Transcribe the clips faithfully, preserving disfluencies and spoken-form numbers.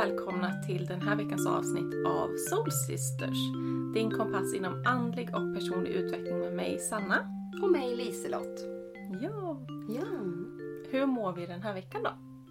välkomna till den här veckans avsnitt av Soul Sisters. Din kompass inom andlig och personlig utveckling med mig, Sanna. Och mig, Liselott. Ja. Ja. Hur mår vi den här veckan då?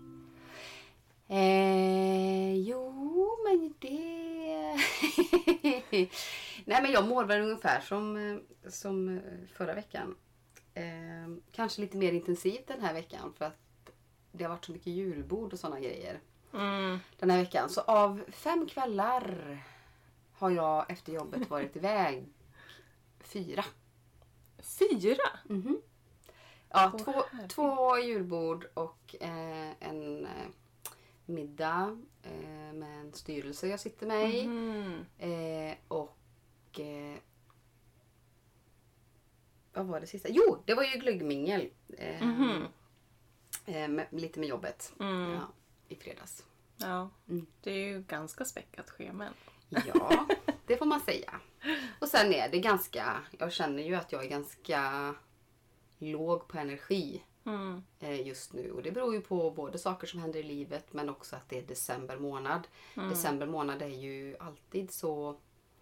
Eh, jo, men det... Nej, men jag mår väl ungefär som, som förra veckan. Eh, kanske lite mer intensivt den här veckan för att det har varit så mycket julbord och sådana grejer. Mm. Den här veckan. Så av fem kvällar har jag efter jobbet varit iväg fyra. Fyra? Mm-hmm. Ja, Åh, två, herregud. två julbord och eh, en eh, middag eh, med en styrelse jag sitter med i. Mm. Eh, och eh, vad var det sista? Jo, det var ju glöggmingel. Eh, Mhm. eh, med, lite med jobbet. Mm. Ja, i fredags. Ja, Mm. det är ju ganska späckat schema. Ja, det får man säga. Och sen är det ganska, jag känner ju att jag är ganska låg på energi Mm. eh, just nu. Och det beror ju på både saker som händer i livet men också att det är december månad. Mm. December månad är ju alltid så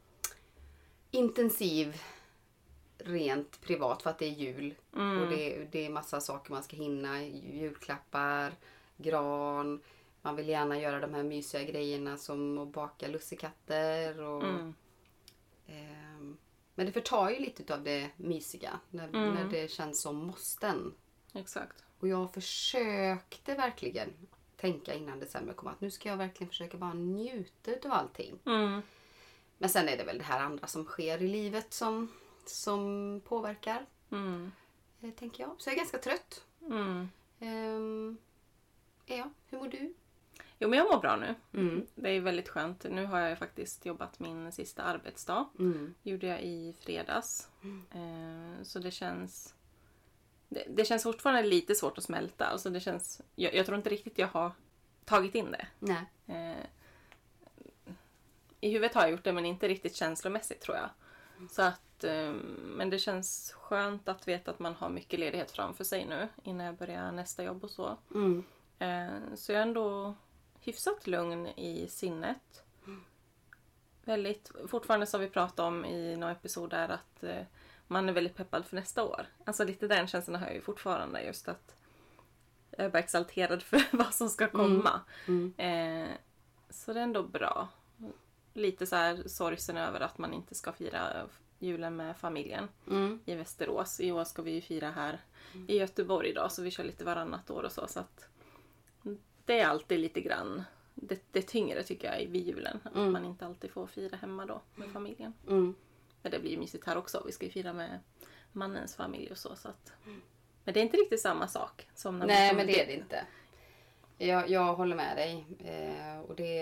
intensiv rent privat för att det är jul. Mm. Och det, det är massa saker man ska hinna. Julklappar, gran. Man vill gärna göra de här mysiga grejerna som att baka lussekatter. Och, Mm. ehm, men det förtar ju lite av det mysiga när, Mm. när det känns som måsten. Exakt. Och jag försökte verkligen tänka innan december kom att nu ska jag verkligen försöka bara njuta av allting. Mm. Men sen är det väl det här andra som sker i livet som, som påverkar, Mm. eh, tänker jag. Så jag är ganska trött. Mm. Ehm, är jag? Hur mår du? Jo, men jag mår bra nu. Mm. Det är väldigt skönt. Nu har jag faktiskt jobbat min sista arbetsdag. Mm. Gjorde jag i fredags. Eh, så det känns... Det, det känns fortfarande lite svårt att smälta. Alltså det känns... Jag, jag tror inte riktigt jag har tagit in det. Nej. Eh, I huvudet har jag gjort det men inte riktigt känslomässigt tror jag. Så att... Eh, men det känns skönt att veta att man har mycket ledighet framför sig nu. Innan jag börjar nästa jobb och så. Mm. Eh, så jag är ändå hyfsat lugn i sinnet. Väldigt, fortfarande så har vi pratat om i några episoder att eh, man är väldigt peppad för nästa år. Alltså lite den känslan har jag ju fortfarande, just att jag är bara exalterad för vad som ska komma. Mm. Eh, så det är ändå bra. Lite så här sorgsen över att man inte ska fira julen med familjen Mm. i Västerås. I år ska vi ju fira här i Göteborg idag, så vi kör lite varannat år och så. Så att det är alltid lite grann det, det tyngre tycker jag vid julen. Att Mm. man inte alltid får fira hemma då med familjen. Mm. Men det blir ju mysigt här också. Vi ska ju fira med mannens familj och så. så att... Men det är inte riktigt samma sak som när vi Nej, kommer men det är dit. det inte. Jag, jag håller med dig. Eh, och det...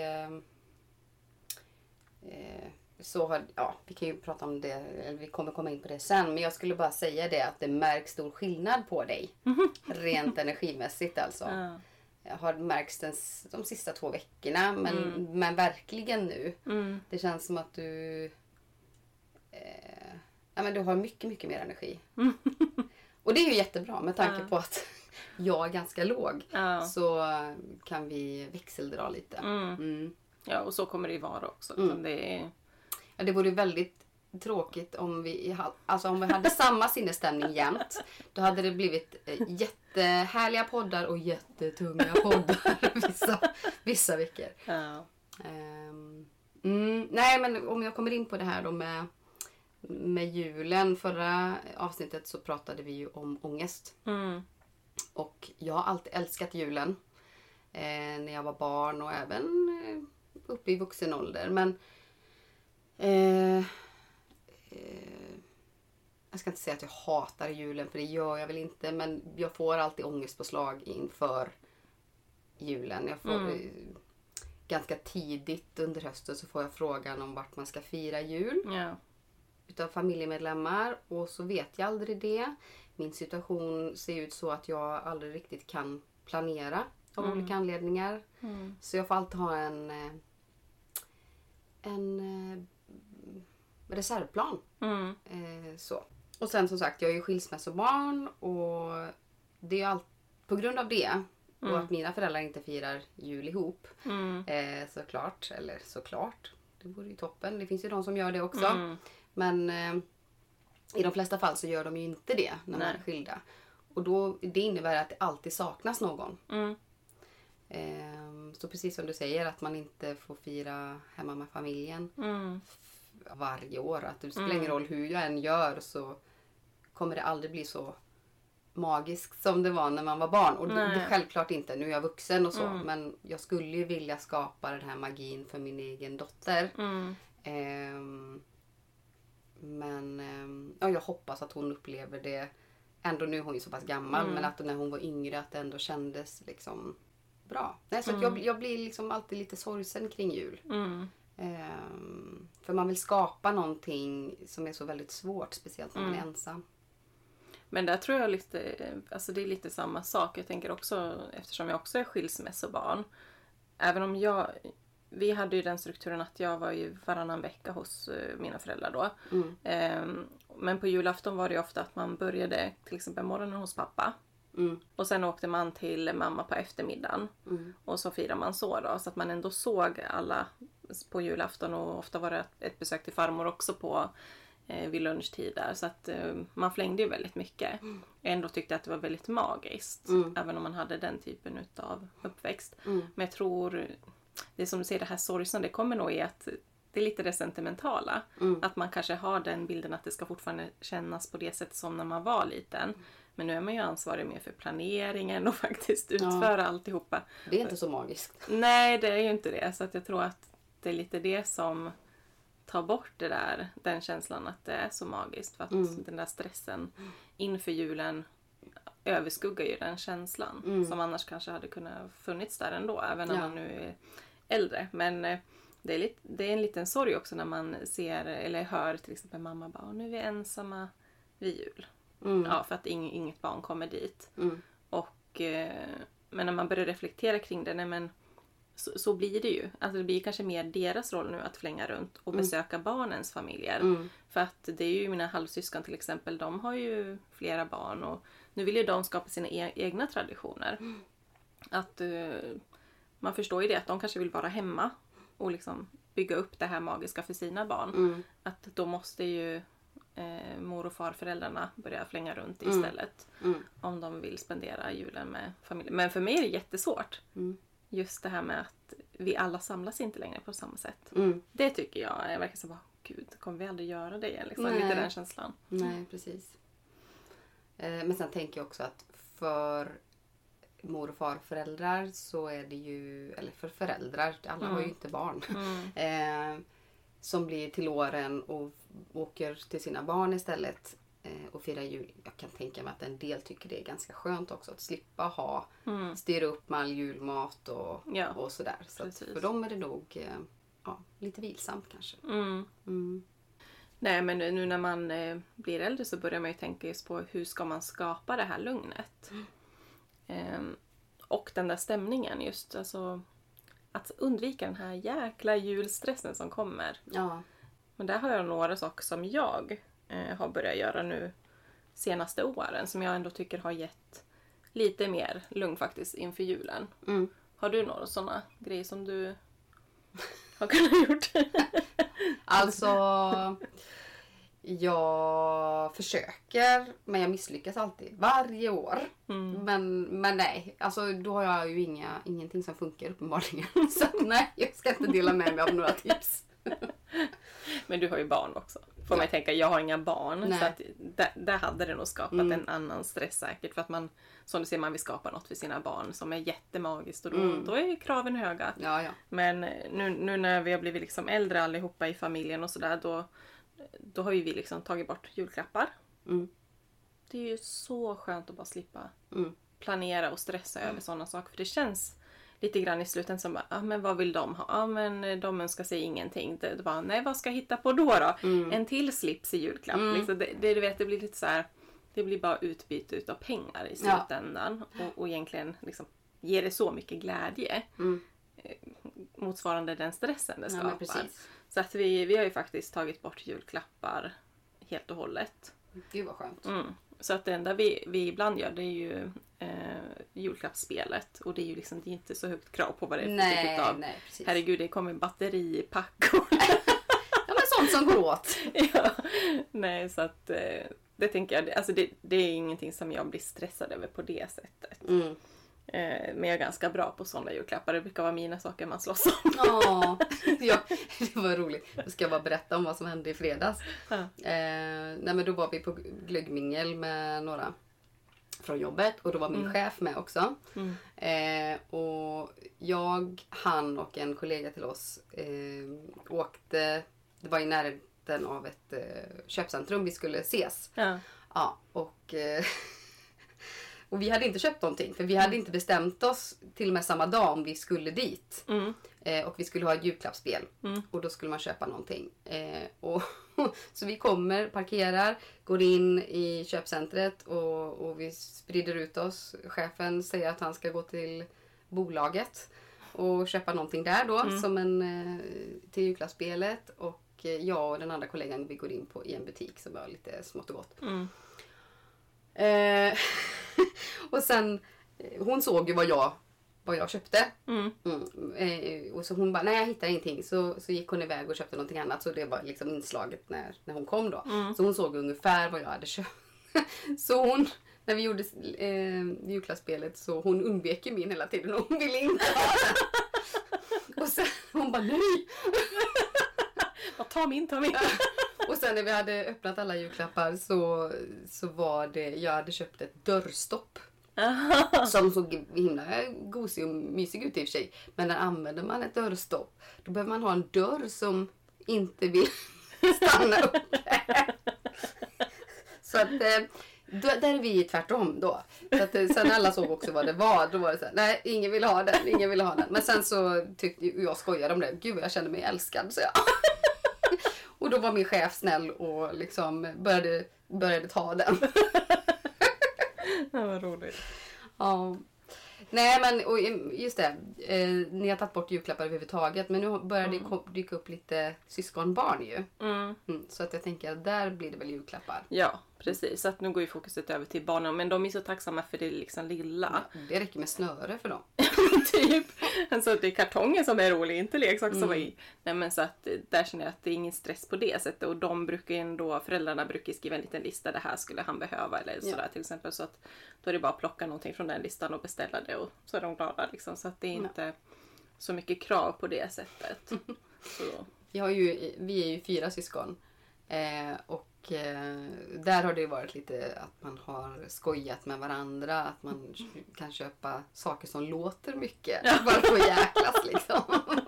Eh, så har, ja, vi kan ju prata om det, eller vi kommer komma in på det sen. Men jag skulle bara säga det att det märks stor skillnad på dig. Rent energimässigt alltså. Ja. Jag har märkts den, de sista två veckorna. Men, Mm. men verkligen nu. Mm. Det känns som att du... Eh, ja, men du har mycket, mycket mer energi. Och det är ju jättebra med tanke Ja. på att jag är ganska låg. Ja. Så kan vi växeldra lite. Mm. Mm. Ja, och så kommer det ju vara också. Mm. Så det är... Ja, det vore väldigt tråkigt om vi, ha- alltså om vi hade samma sinnesstämning jämt. Då hade det blivit eh, jättehärliga poddar och jättetunga poddar vissa, vissa veckor. Ja. Ehm, mm, nej, men om jag kommer in på det här då med, med julen. Förra avsnittet så pratade vi ju om ångest. Mm. Och jag har alltid älskat julen. Eh, när jag var barn och även eh, uppe i vuxen ålder. Men eh, eh, jag ska inte säga att jag hatar julen, för det gör jag väl inte. Men jag får alltid ångestpåslag inför julen. Jag får, Mm. eh, ganska tidigt under hösten så får jag frågan om vart man ska fira jul. Ja. Utav familjemedlemmar, och så vet jag aldrig det. Min situation ser ut så att jag aldrig riktigt kan planera av Mm. olika anledningar. Mm. Så jag får alltid ha en eh, en eh, reservplan. Mm. Eh, så. Och sen som sagt, jag är ju skilsmässobarn och det är allt, på grund av det Mm. Och att mina föräldrar inte firar jul ihop. Mm. Eh, såklart. Eller såklart. Det vore ju toppen. Det finns ju de som gör det också. Mm. Men eh, i de flesta fall så gör de ju inte det när Nej. man är skilda. Och då, det innebär att det alltid saknas någon. Mm. Eh, så precis som du säger, att man inte får fira hemma med familjen Mm. varje år. Att det spelar Mm. ingen roll hur jag än gör, så kommer det aldrig bli så magiskt som det var när man var barn. Och det, Nej. det självklart inte. Nu är jag vuxen och så. Mm. Men jag skulle ju vilja skapa den här magin för min egen dotter. Mm. Ehm, men ehm, ja, jag hoppas att hon upplever det. Ändå nu är hon ju så pass gammal. Mm. Men att när hon var yngre, att det ändå kändes liksom bra. Nej, så Mm. att jag, jag blir liksom alltid lite sorgsen kring jul. Mm. Ehm, för man vill skapa någonting som är så väldigt svårt. Speciellt när man är Mm. ensam. Men där tror jag lite, alltså det är lite samma sak. Jag tänker också, eftersom jag också är skilsmässobarn. Även om jag, vi hade ju den strukturen att jag var ju varannan vecka hos eh, mina föräldrar då. Mm. Ehm, men på julafton var det ju ofta att man började till exempel morgonen hos pappa. Mm. Och sen åkte man till mamma på eftermiddagen. Mm. Och så firar man så då. Så att man ändå såg alla på julafton. Och ofta var det ett besök till farmor också på eh, vid lunchtid där. Så att eh, man flängde ju väldigt mycket. Mm. Ändå tyckte att det var väldigt magiskt. Mm. Även om man hade den typen av uppväxt. Mm. Men jag tror, det som du säger, det här sorgsen, det kommer nog i att det är lite det sentimentala. Mm. Att man kanske har den bilden att det ska fortfarande kännas på det sättet som när man var liten. Men nu är man ju ansvarig mer för planeringen och faktiskt utföra ja. alltihopa. Det är inte så magiskt. Nej, det är ju inte det. Så att jag tror att det är lite det som tar bort det där, den känslan att det är så magiskt. För att Mm. den där stressen inför julen överskuggar ju den känslan. Mm. Som annars kanske hade kunnat funnits där ändå, även när Ja. man nu är äldre. Men eh, det är, lite, det är en liten sorg också när man ser eller hör till exempel mamma bara, nu är vi ensamma vid jul. Mm. Ja, för att ing, inget barn kommer dit. Mm. Och, eh, men när man börjar reflektera kring det, nej men så, så blir det ju. Alltså det blir kanske mer deras roll nu att flänga runt och Mm. besöka barnens familjer. Mm. För att det är ju mina halvsyskon till exempel, de har ju flera barn och nu vill ju de skapa sina e- egna traditioner. Mm. Att eh, man förstår ju det, att de kanske vill vara hemma och liksom bygga upp det här magiska för sina barn. Mm. Att då måste ju eh, mor- och farföräldrarna börja flänga runt Mm. istället. Mm. Om de vill spendera julen med familjen. Men för mig är det jättesvårt. Mm. Just det här med att vi alla samlas inte längre på samma sätt. Mm. Det tycker jag är verkligen så bara, gud, kommer vi aldrig göra det igen? Liksom. Nej. Lite den känslan. Nej, precis. Eh, men sen tänker jag också att för mor- och farföräldrar så är det ju, eller för föräldrar, alla har ju Mm. inte barn. Mm. Eh, som blir till åren och åker till sina barn istället eh, och firar jul. Jag kan tänka mig att en del tycker det är ganska skönt också att slippa ha, Mm. styra upp med all julmat och, Ja, och sådär. Så att precis. för dem är det nog eh, ja, lite vilsamt kanske. Mm. Mm. Nej, men nu när man eh, blir äldre så börjar man ju tänka just på hur ska man skapa det här lugnet. Ehm, och den där stämningen just, alltså att undvika den här jäkla julstressen som kommer. Ja. Men där har jag några saker som jag eh, har börjat göra nu senaste åren som jag ändå tycker har gett lite mer lugn faktiskt inför julen. Mm. Har du några sådana grejer som du har kunnat gjort? Alltså, jag försöker, men jag misslyckas alltid. Varje år. Mm. Men, men nej, alltså då har jag ju inga, ingenting som funkar uppenbarligen. Så nej, jag ska inte dela med mig av några tips. Men du har ju barn också. Får man ju tänka, jag har inga barn. Nej. Så att där, där hade det nog skapat Mm. en annan stress säkert. För att man, som du säger, man vill skapa något för sina barn som är jättemagiskt. Och då, Mm. då är kraven höga. Ja, ja. Men nu, nu när vi har blivit liksom äldre allihopa i familjen och sådär. Då, då har ju vi liksom tagit bort julklappar. Mm. Det är ju så skönt att bara slippa Mm. planera och stressa över sådana saker. För det känns lite grann i slutändan som, ah, men vad vill de ha? Ja, ah, men de önskar sig ingenting. Det, det bara, nej, vad ska jag hitta på då då? Mm. En till slips i julklapp. Mm. Liksom, det, det, du vet, det blir lite så här, det blir bara utbyte utav pengar i Ja. slutändan. Och, och egentligen liksom, ger det så mycket glädje. Mm. Motsvarande den stressen det Ja, skapar. men precis. Så att vi, vi har ju faktiskt tagit bort julklappar helt och hållet. Gud vad skönt. Mm. Så att det enda vi, vi ibland gör det är ju eh, julklappsspelet. Och det är ju liksom, det är inte så högt krav på vad det är för Nej, typ av. nej, precis. Herregud, det kommer batteripack och Ja, men sånt som går åt. ja, nej så att eh, det tänker jag, alltså det, det är ingenting som jag blir stressad över på det sättet. Mm. Eh, men jag är ganska bra på sådana julklappar. Det brukar vara mina saker man slåss om. Ja, ja, det var roligt. Då ska jag bara berätta om vad som hände i fredags. Ja. Eh, nej, men då var vi på glöggmingel med några från jobbet. Och då var min Mm. chef med också. Mm. Eh, och jag, han och en kollega till oss eh, åkte, det var i närheten av ett eh, köpcentrum vi skulle ses. Ja. Ja, och, eh, och vi hade inte köpt någonting. För vi hade inte bestämt oss till och med samma dag om vi skulle dit. Mm. Eh, och vi skulle ha ett julklappsspel. Mm. Och då skulle man köpa någonting. Eh, och så vi kommer, parkerar, går in i köpcentret och, och vi sprider ut oss. Chefen säger att han ska gå till bolaget och köpa någonting där då. Mm. Som en, eh, till julklappsspelet. Och eh, jag och den andra kollegan vi går in på i en butik som var lite smått och gott. Mm. Eh, och sen, eh, hon såg ju vad jag, vad jag köpte. Mm. Mm. Eh, och så hon bara, nej jag hittar ingenting. Så, så gick hon iväg och köpte någonting annat. Så det var liksom inslaget när, när hon kom då. Mm. Så hon såg ungefär vad jag hade köpt. Så hon, när vi gjorde eh, julklappsspelet, så hon undvek ju min hela tiden. Och hon ville inte ha den. Och sen hon bara, nej. Och ta min, ta min. Och sen när vi hade öppnat alla julklappar så, så var det, jag hade köpt ett dörrstopp. Som såg himla gosig och mysig ut i och för sig. Men när använder man ett dörrstopp, då behöver man ha en dörr som inte vill stanna upp. Så att eh, då, där är vi tvärtom då. Så att, eh, sen alla såg också vad det var. Då var det så här, nej ingen vill ha den, ingen vill ha den. Men sen så tyckte jag skojade om det. Gud jag kände mig älskad, så jag. Och då var min chef snäll och liksom började, började ta den. Det var roligt. Ja. Nej men och just det, eh, ni har tagit bort julklappar överhuvudtaget, men nu börjar Mm. det kom, dyka upp lite syskonbarn ju. Mm. Mm, så att jag tänker att där blir det väl julklappar. Ja, precis. Så att nu går ju fokuset över till barnen. Men de är så tacksamma för det liksom lilla. Ja, det räcker med snöre för dem. Typ. Alltså det är kartongen som är rolig, inte leksak som Mm. var i. Nej men så att där känner jag att det är ingen stress på det sättet. Och de brukar ju ändå, föräldrarna brukar skriva en liten lista. Det här skulle han behöva eller sådär Ja. till exempel. Så att då är det bara att plocka någonting från den listan och beställa det. Och så är de glada liksom. Så att det är inte så mycket krav på det sättet. Så. Vi, har ju, vi är ju fyra syskon. Eh, och eh, där har det ju varit lite att man har skojat med varandra. Att man kan köpa saker som låter mycket. Ja. Bara för att jäklas liksom.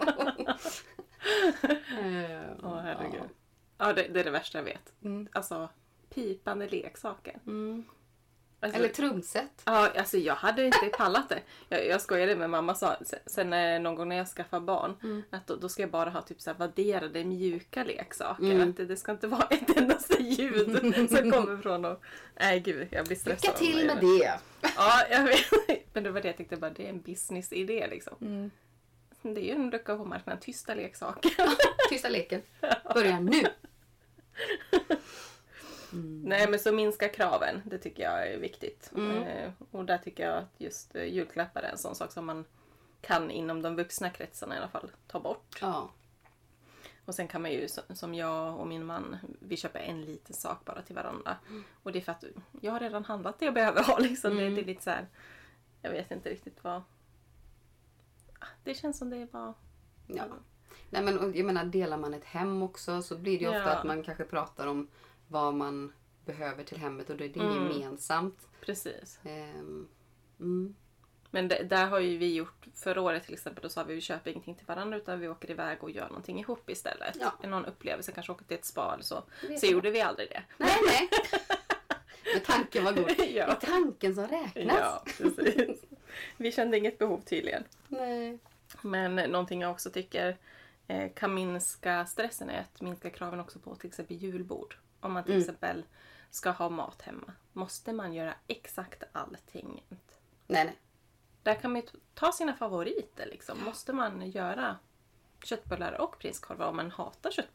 eh, Åh herregud. Ja, det, det är det värsta jag vet. Mm. Alltså pipande leksaker. Mm. Alltså, Eller trumset. ja, alltså jag hade inte pallat det. Jag, jag skojade med mamma sa sen- sen eh, någon gång när jag skaffar barn Mm. att då, då ska jag bara ha typ så här vadderade mjuka leksaker. Mm. Att det, det ska inte vara ett endaste ljud som kommer från dem. Nej gud, jag blir stressad. Lycka till med det. det. Ja, jag vet. Men det var det jag tänkte bara, det är en businessidé liksom. Mm. Det är ju en lucka på marknaden, tysta leksaker. Tysta leken. Börja nu. Mm. Nej men så minska kraven, det tycker jag är viktigt. Mm. Eh, och där tycker jag att just eh, julklappar är en sån sak som man kan inom de vuxna kretsarna i alla fall ta bort. Ja. Och sen kan man ju så- som jag och min man, vi köper en liten sak bara till varandra. Mm. Och det är för att jag har redan handlat det jag behöver ha liksom. Mm. Det, det är lite så här, jag vet inte riktigt vad. Ah, det känns som det är bara. Ja. Nej, men och jag menar, delar man ett hem också så blir det ju ofta Ja. att man kanske pratar om vad man behöver till hemmet och då är det Mm. gemensamt. Precis. Ehm, mm. Men det, där har ju vi gjort förra året till exempel. Då sa vi vi köper ingenting till varandra utan vi åker iväg och gör någonting ihop istället. Ja. Någon upplevelse, kanske åker till ett spa eller så. Det vet Så jag. gjorde vi aldrig det. Nej, nej. Men tanken var god. Ja. Det är tanken som räknas. Ja, precis. Vi kände inget behov tydligen. Nej. Men någonting jag också tycker eh, kan minska stressen är att minska kraven också på till exempel julbord. Om man till Mm. exempel ska ha mat hemma. Måste man göra exakt allting? Nej, nej. Där kan man ju ta sina favoriter liksom. Måste man göra köttbullar och prinskorvar om man hatar köttbullar?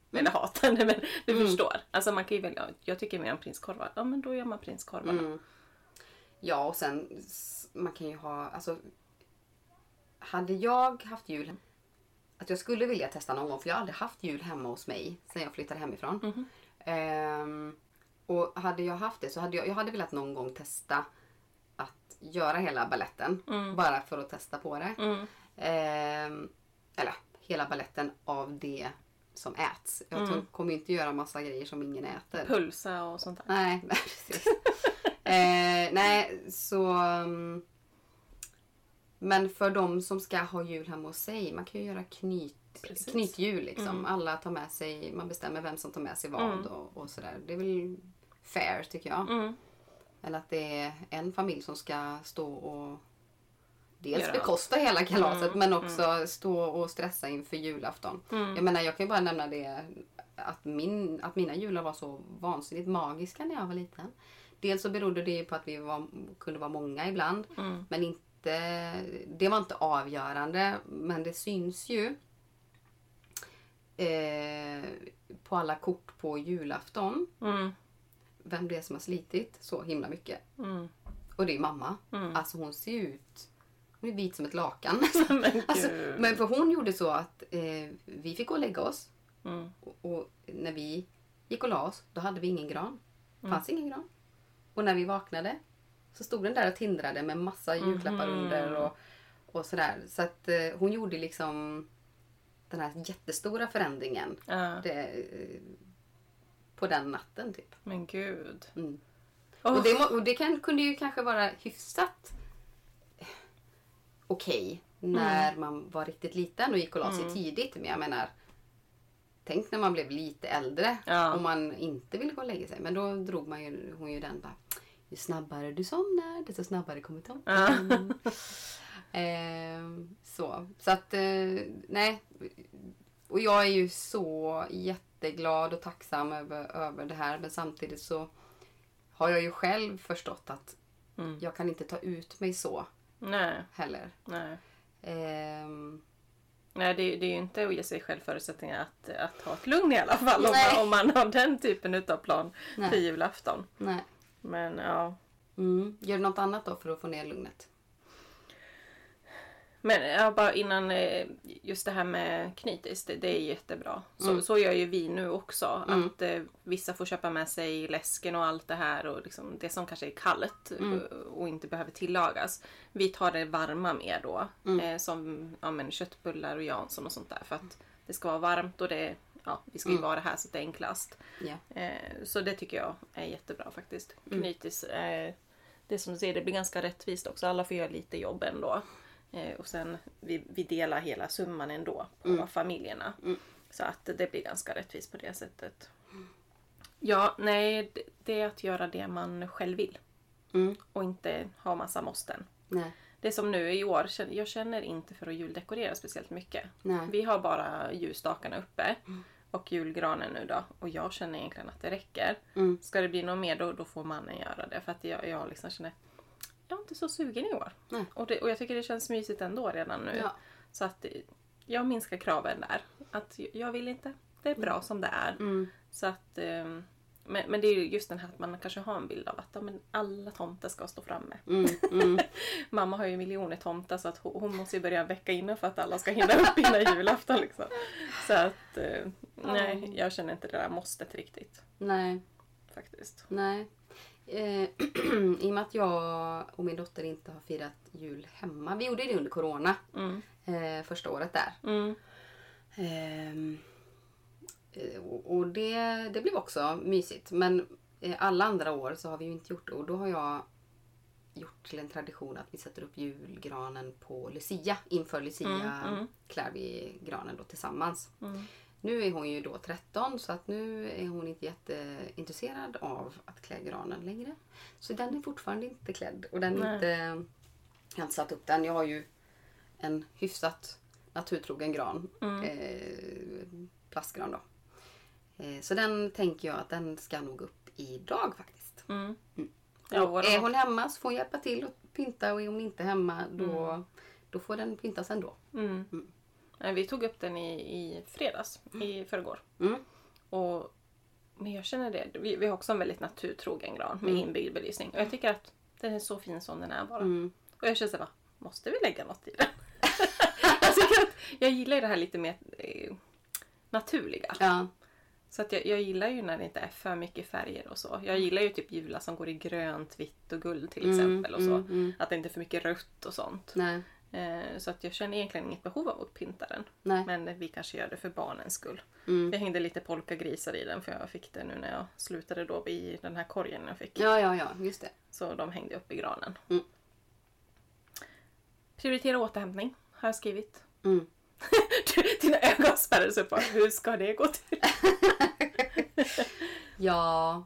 Eller hatande, men du Mm. förstår. Alltså man kan ju välja, jag tycker mer om prinskorvar. Ja, men då gör man prinskorvarna. Mm. Ja, och sen s- man kan ju ha, alltså hade jag haft jul, att jag skulle vilja testa någon gång, för jag har aldrig haft jul hemma hos mig sen jag flyttade hemifrån. Mhm. Ehm, och hade jag haft det så hade jag, jag hade velat någon gång testa att göra hela balletten. Mm. Bara för att testa på det. Mm. Ehm, eller hela balletten av det som äts. Jag Mm. tror, kommer ju inte göra massa grejer som ingen äter. Pulsa och sånt där. Nej, nej precis. eh, nej, så... um, Men för de som ska ha jul hemma hos sig, man kan ju göra knyt, Precis. knytjul liksom. Mm. Alla tar med sig, man bestämmer vem som tar med sig vad Mm. och, och sådär. Det är väl fair tycker jag. Mm. Eller att det är en familj som ska stå och dels Göra bekosta hela kalaset Mm, men också stå och stressa inför julafton. Mm. Jag menar, jag kan ju bara nämna det att, min, att mina jular var så vansinnigt magiska när jag var liten. Dels så berodde det på att vi var, kunde vara många ibland. Mm. Men inte, det var inte avgörande. Men det syns ju eh, på alla kort på julafton. Mm. Vem det är som har slitit så himla mycket. Mm. Och det är mamma. Mm. Alltså hon ser ut... Hon är vit som ett lakan. Men alltså, gud. men för hon gjorde så att eh, vi fick gå och lägga oss. Mm. Och, och när vi gick och la oss, då hade vi ingen gran. Det Mm. fanns ingen gran. Och när vi vaknade så stod den där och tindrade med massa julklappar Mhm. under och, och sådär. Så att eh, hon gjorde liksom den här jättestora förändringen Ja. det, eh, på den natten typ. Men gud. Mm. Åh. Och det, må- och det kan, kunde ju kanske vara hyfsat eh, okej när man var riktigt liten och gick och la sig Mm. tidigt. Men jag menar, tänk när man blev lite äldre Ja. och man inte ville gå och lägga sig. Men då drog man ju, hon ju den bara, ju snabbare du somnar, desto snabbare kommer tomten. ehm, så. Så att, eh, nej. Och jag är ju så jätteglad och tacksam över, över det här. Men samtidigt så har jag ju själv förstått att Mm. jag kan inte ta ut mig så Nej. heller. Nej. Ehm, Nej, det, det är ju inte att ge sig själv förutsättningar att, att ha ett lugn i alla fall. Om Nej. man, om man har den typen utav plan Nej. till julafton. nej. Men ja. Mm. Gör du något annat då för att få ner lugnet? Men ja, bara innan, eh, just det här med knytis, det, det är jättebra. Så, Mm. så gör ju vi nu också. Mm. Att eh, vissa får köpa med sig läsken och allt det här. Och liksom det som kanske är kallt Mm. och, och inte behöver tillagas. Vi tar det varma med då. Mm. Eh, som ja, men köttbullar och Jansson och sånt där. För att det ska vara varmt och det, ja, vi ska ju Mm. vara här så det är enklast. Ja. Eh, så det tycker jag är jättebra faktiskt. Mm. Knytis, eh, det som du säger, det blir ganska rättvist också. Alla får göra lite jobb ändå. Eh, och sen vi, vi delar hela summan ändå på Mm. familjerna. Mm. Så att det blir ganska rättvist på det sättet. Ja, nej, det, det är att göra det man själv vill. Mm. Och inte ha massa måsten. Nej. Det är som nu i år, känner- jag känner inte för att juldekorera speciellt mycket. Nej. Vi har bara ljusstakarna uppe. Och julgranen nu då. Och jag känner egentligen att det räcker. Mm. Ska det bli något mer då, då får mannen göra det. För att jag, jag liksom känner, jag är inte så sugen i år. Nej. Och, det, och jag tycker det känns mysigt ändå redan nu. Ja. Så att eh, jag minskar kraven där. Att jag vill inte. Det är bra som det är. Mm. Så att, eh, men, men det är ju just den här att man kanske har en bild av att ja, men alla tomtar ska stå framme. Mm. Mm. Mamma har ju miljoner tomtar så att hon, hon måste ju börja vecka innan för att alla ska hinna upp innan julafton. Liksom. Så att, eh, nej, jag känner inte det där måstet riktigt. Nej. Faktiskt. Nej. Eh, I och med att jag och min dotter inte har firat jul hemma. Vi gjorde det under corona. Mm. Eh, första året där. Mm. Ehm, eh, och och det, det blev också mysigt. Men eh, alla andra år så har vi ju inte gjort det. Och då har jag gjort till en tradition att vi sätter upp julgranen på Lucia. Inför Lucia Mm, mm. klär vi granen då tillsammans. Mm. Nu är hon ju då tretton så att nu är hon inte jätteintresserad av att klä granen längre. Så den är fortfarande inte klädd. Och den är Nej. inte... Jag har inte satt upp den. Jag har ju en hyfsat naturtrogen gran. Mm. Eh, plastgran då. Eh, så den tänker jag att den ska nog upp idag faktiskt. Mm. Mm. Ja, Och våra- är hon hemma så får hon hjälpa till att pynta och är hon inte hemma då, Mm. då får den pyntas ändå. Mm. Mm. Nej, vi tog upp den i, i fredags, i förrgår. Mm. Och, men jag känner det. Vi, vi har också en väldigt naturtrogen gran med Mm. inbyggd belysning. Och jag tycker att den är så fin som den är bara. Mm. Och jag känner såhär, måste vi lägga något i den? jag, tycker att jag gillar ju det här lite mer eh, naturliga. Ja. Så att jag, jag gillar ju när det inte är för mycket färger och så. Jag gillar ju typ jular som går i grönt, vitt och guld till exempel. och så. Mm, mm. Att det inte är för mycket rött och sånt. Nej. Eh, så att jag känner egentligen inget behov av att pynta den. Nej. Men vi kanske gör det för barnens skull. Mm. Jag hängde lite polkagrisar i den för jag fick det nu när jag slutade då i den här korgen jag fick. Ja, ja, ja. Just det. Så de hängde upp i granen. Mm. Prioritera återhämtning har jag skrivit. Mm. Dina ögon spärrades upp. Hur ska det gå till? Ja.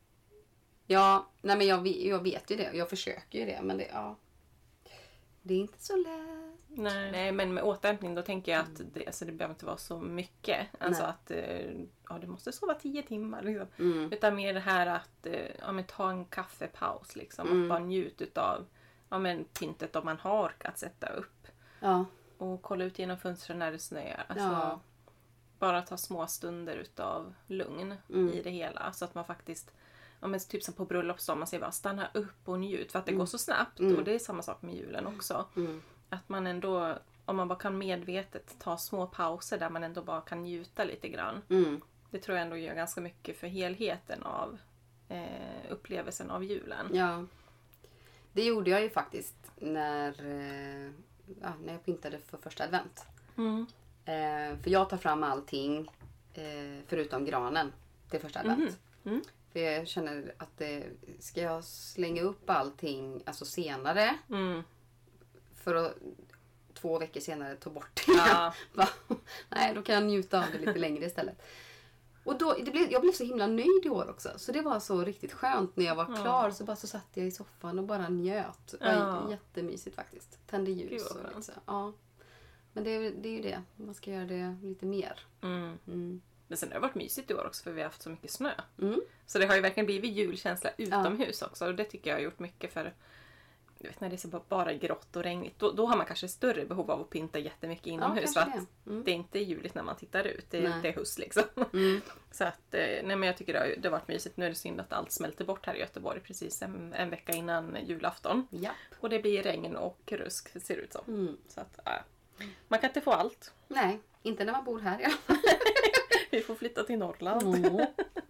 Ja, nej men jag, jag vet ju det. Jag försöker ju det. Men det, ja. Det är inte så lätt. Nej. Nej, men med återhämtning då tänker jag att det, alltså det behöver inte vara så mycket. Alltså Nej. att eh, ja, du måste sova tio timmar. Liksom. Mm. Utan mer det här att eh, ja, men ta en kaffepaus. Liksom. Mm. Att bara njut utav ja, men pyntet om man har orkat sätta upp. Ja. Och kolla ut genom fönstren när det snöar. Alltså, Ja. Bara ta små stunder utav lugn Mm. i det hela. Så att man faktiskt, ja, men typ som på bröllopsdagen, man säger bara stanna upp och njut. För att det Mm. går så snabbt. Mm. Och det är samma sak med julen också. Mm. Att man ändå, om man bara kan medvetet ta små pauser där man ändå bara kan njuta lite grann. Mm. Det tror jag ändå gör ganska mycket för helheten av eh, upplevelsen av julen. Ja. Det gjorde jag ju faktiskt när, eh, ja, när jag pyntade för första advent. Mm. Eh, för jag tar fram allting eh, förutom granen till första advent. Mhm. Mm. För jag känner att det, ska jag slänga upp allting alltså senare Mm. för att två veckor senare ta bort det igen. Ja. Va? Nej, då kan jag njuta av det lite längre istället. Och då, det blev, jag blev så himla nöjd i år också. Så det var så riktigt skönt när jag var Ja. klar. Så bara så satt jag i soffan och bara njöt. Det var Ja. jättemysigt faktiskt. Tände Gud, ljus vad och skönt. lite så. Ja. Men det, är- det är ju det. Man ska göra det lite mer. Mm. Mm. Men sen har det varit mysigt i år också för vi har haft så mycket snö. Mm. Så det har ju verkligen blivit julkänsla utomhus också. Och det tycker jag har gjort mycket för, jag vet när det är så bara- bara grått och regnigt. Då, då har man kanske större behov av att pynta jättemycket inomhus. kanske för att det. Mm. det är inte juligt när man tittar ut. Det, Nej. det är höst liksom. Mm. Så att, eh, nej men jag tycker det har, det har varit mysigt. Nu är det synd att allt smälter bort här i Göteborg precis en, en vecka innan julafton. Japp. Och det blir regn och rusk, ser det ut som. Mm. Så att, ja. Man kan inte få allt. Nej, inte när man bor här i alla fall. Vi får flytta till Norrland. Mm.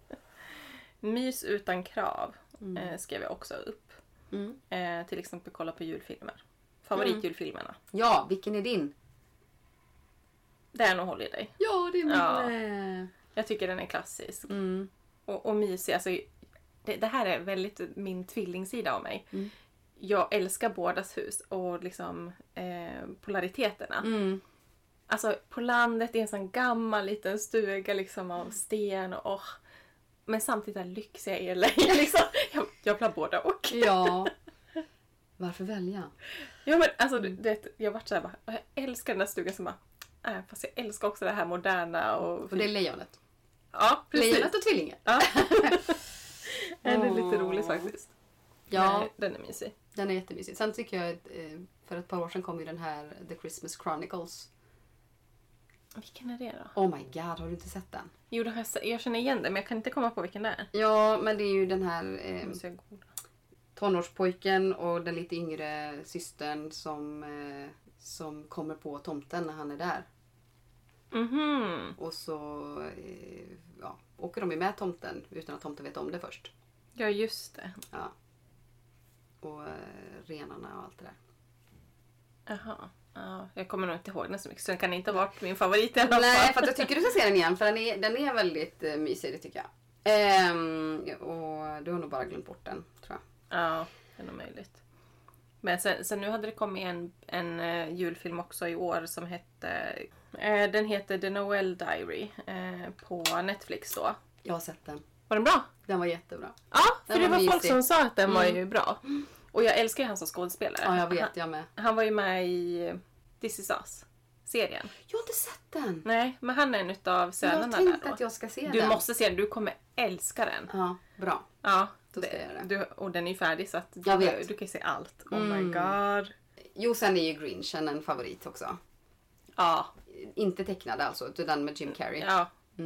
Mys utan krav Mm. eh, skrev jag också upp. Mm. Eh, till exempel kolla på julfilmer. Favoritjulfilmerna. Ja, vilken är din? Det är nog Håll i dig. Ja, det är min Ja. med. Jag tycker den är klassisk. Mm. Och, och mysig. Alltså, det, det här är väldigt min tvillingsida av mig. Mm. Jag älskar bådas hus och liksom eh, polariteterna. Mm. Alltså på landet i en sån gammal liten stuga liksom av sten och åh. Men samtidigt är lyxiga i L A liksom. Jag, jag blir båda och. Ja. Varför välja? Ja men alltså du vet, jag har varit såhär bara, jag älskar den där stugan som bara, äh, fast jag älskar också det här moderna och... Och det är lejonet. Ja, precis. Lejonet och tvillingen. Ja. Den är lite Åh. rolig faktiskt. Ja, Nej, den är mysig. den är jättemysig. Sen tycker jag att eh, för ett par år sedan kom ju den här The Christmas Chronicles. Vilken är det då? Oh my god, har du inte sett den? Jo, det har jag, se- jag känner igen det men jag kan inte komma på vilken det är. Ja, men det är ju den här eh, Måste jag googla. tonårspojken och den lite yngre systern som, eh, som kommer på tomten när han är där. Mhm. Och så eh, ja, åker de ju med tomten utan att tomten vet om det först. Ja, just det. Ja. Och eh, renarna och allt det där. Jaha. Ja, jag kommer nog inte ihåg den så mycket så den kan inte ha varit min favorit i alla fall. Nej, för att jag tycker du ska se den igen. För den är, den är väldigt eh, mysig, det tycker jag. Ehm, och du har nog bara glömt bort den, tror jag. Ja, det är nog möjligt. Men sen, sen nu hade det kommit en, en uh, julfilm också i år som hette... Uh, den heter The Noel Diary uh, på Netflix då. Jag har sett den. Var den bra? Den var jättebra. Ja, för Den det var var folk mysig. som sa att den var Mm. ju bra. Och jag älskar ju han som skådespelare. Ja, jag vet, Han, jag med. han var ju med i This Is Us-serien. Jag har inte sett den. Nej, men han är en utav Jag sönerna tänkte där då. att jag ska se Du den. måste se den, du kommer älska den. Ja, bra. Ja, Då ska jag göra det. Du, och den är ju färdig så att Jag du, vet. du kan ju se allt. Oh Mm. my god. Jo, sen är ju Grinchen en favorit också. Ja, Inte tecknad alltså, utan den med Jim Carrey. ja. Mm.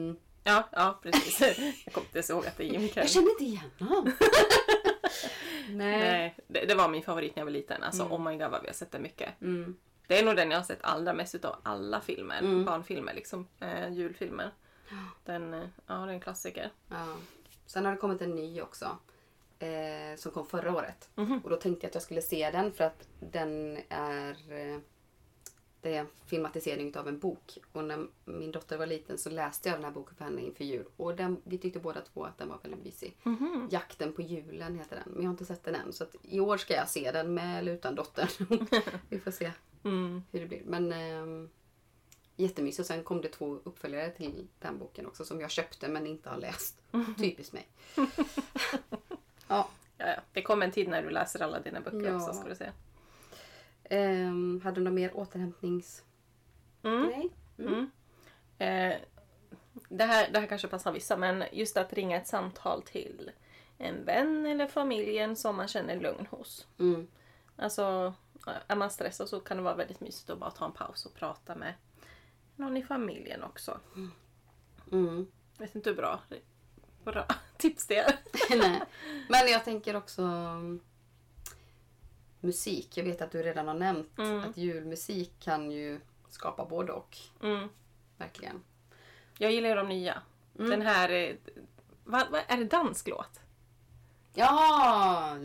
Ja, ja precis. Jag kommer inte ihåg att det är Jim Carrey. Jag känner inte igen honom. Nej. Nej, det, det var min favorit när jag var liten. Alltså, Mm. oh my god vad vi har sett det mycket. Mm. Det är nog den jag har sett allra mest utav alla filmer. Mm. Barnfilmer, liksom. Eh, julfilmer. Den, eh, ja, det är en klassiker. Ja. Sen har det kommit en ny också. Eh, som kom förra året. Mhm. Och då tänkte jag att jag skulle se den för att den är... Eh, det är en filmatisering av en bok. Och när min dotter var liten så läste jag den här boken för henne inför jul. Och den, vi tyckte båda två att den var väldigt mysig. Mhm. Jakten på julen heter den. Men jag har inte sett den än. Så att i år ska jag se den med eller utan dottern. Vi får se Mm. hur det blir. Men eh, jättemysigt. Och sen kom det två uppföljare till den boken också. Som jag köpte men inte har läst. Typiskt mig. Ja. Ja, ja. Det kommer en tid när du läser alla dina böcker Ja. också, ska du se. Um, hade du något mer återhämtnings... Mm. Nej? Mm. Mm. Eh, det, här, det här kanske passar vissa, men just att ringa ett samtal till en vän eller familjen som man känner lugn hos. Mm. Alltså, är man stressad så kan det vara väldigt mysigt att bara ta en paus och prata med någon i familjen också. Mm. Vet inte hur bra, bra tips det är. Nej. Men jag tänker också um, musik. Jag vet att du redan har nämnt Mm. att julmusik kan ju skapa både och. Mm. Verkligen. Jag gillar ju de nya. Mm. Den här, eh, vad, vad, är det dansk låt? Ja!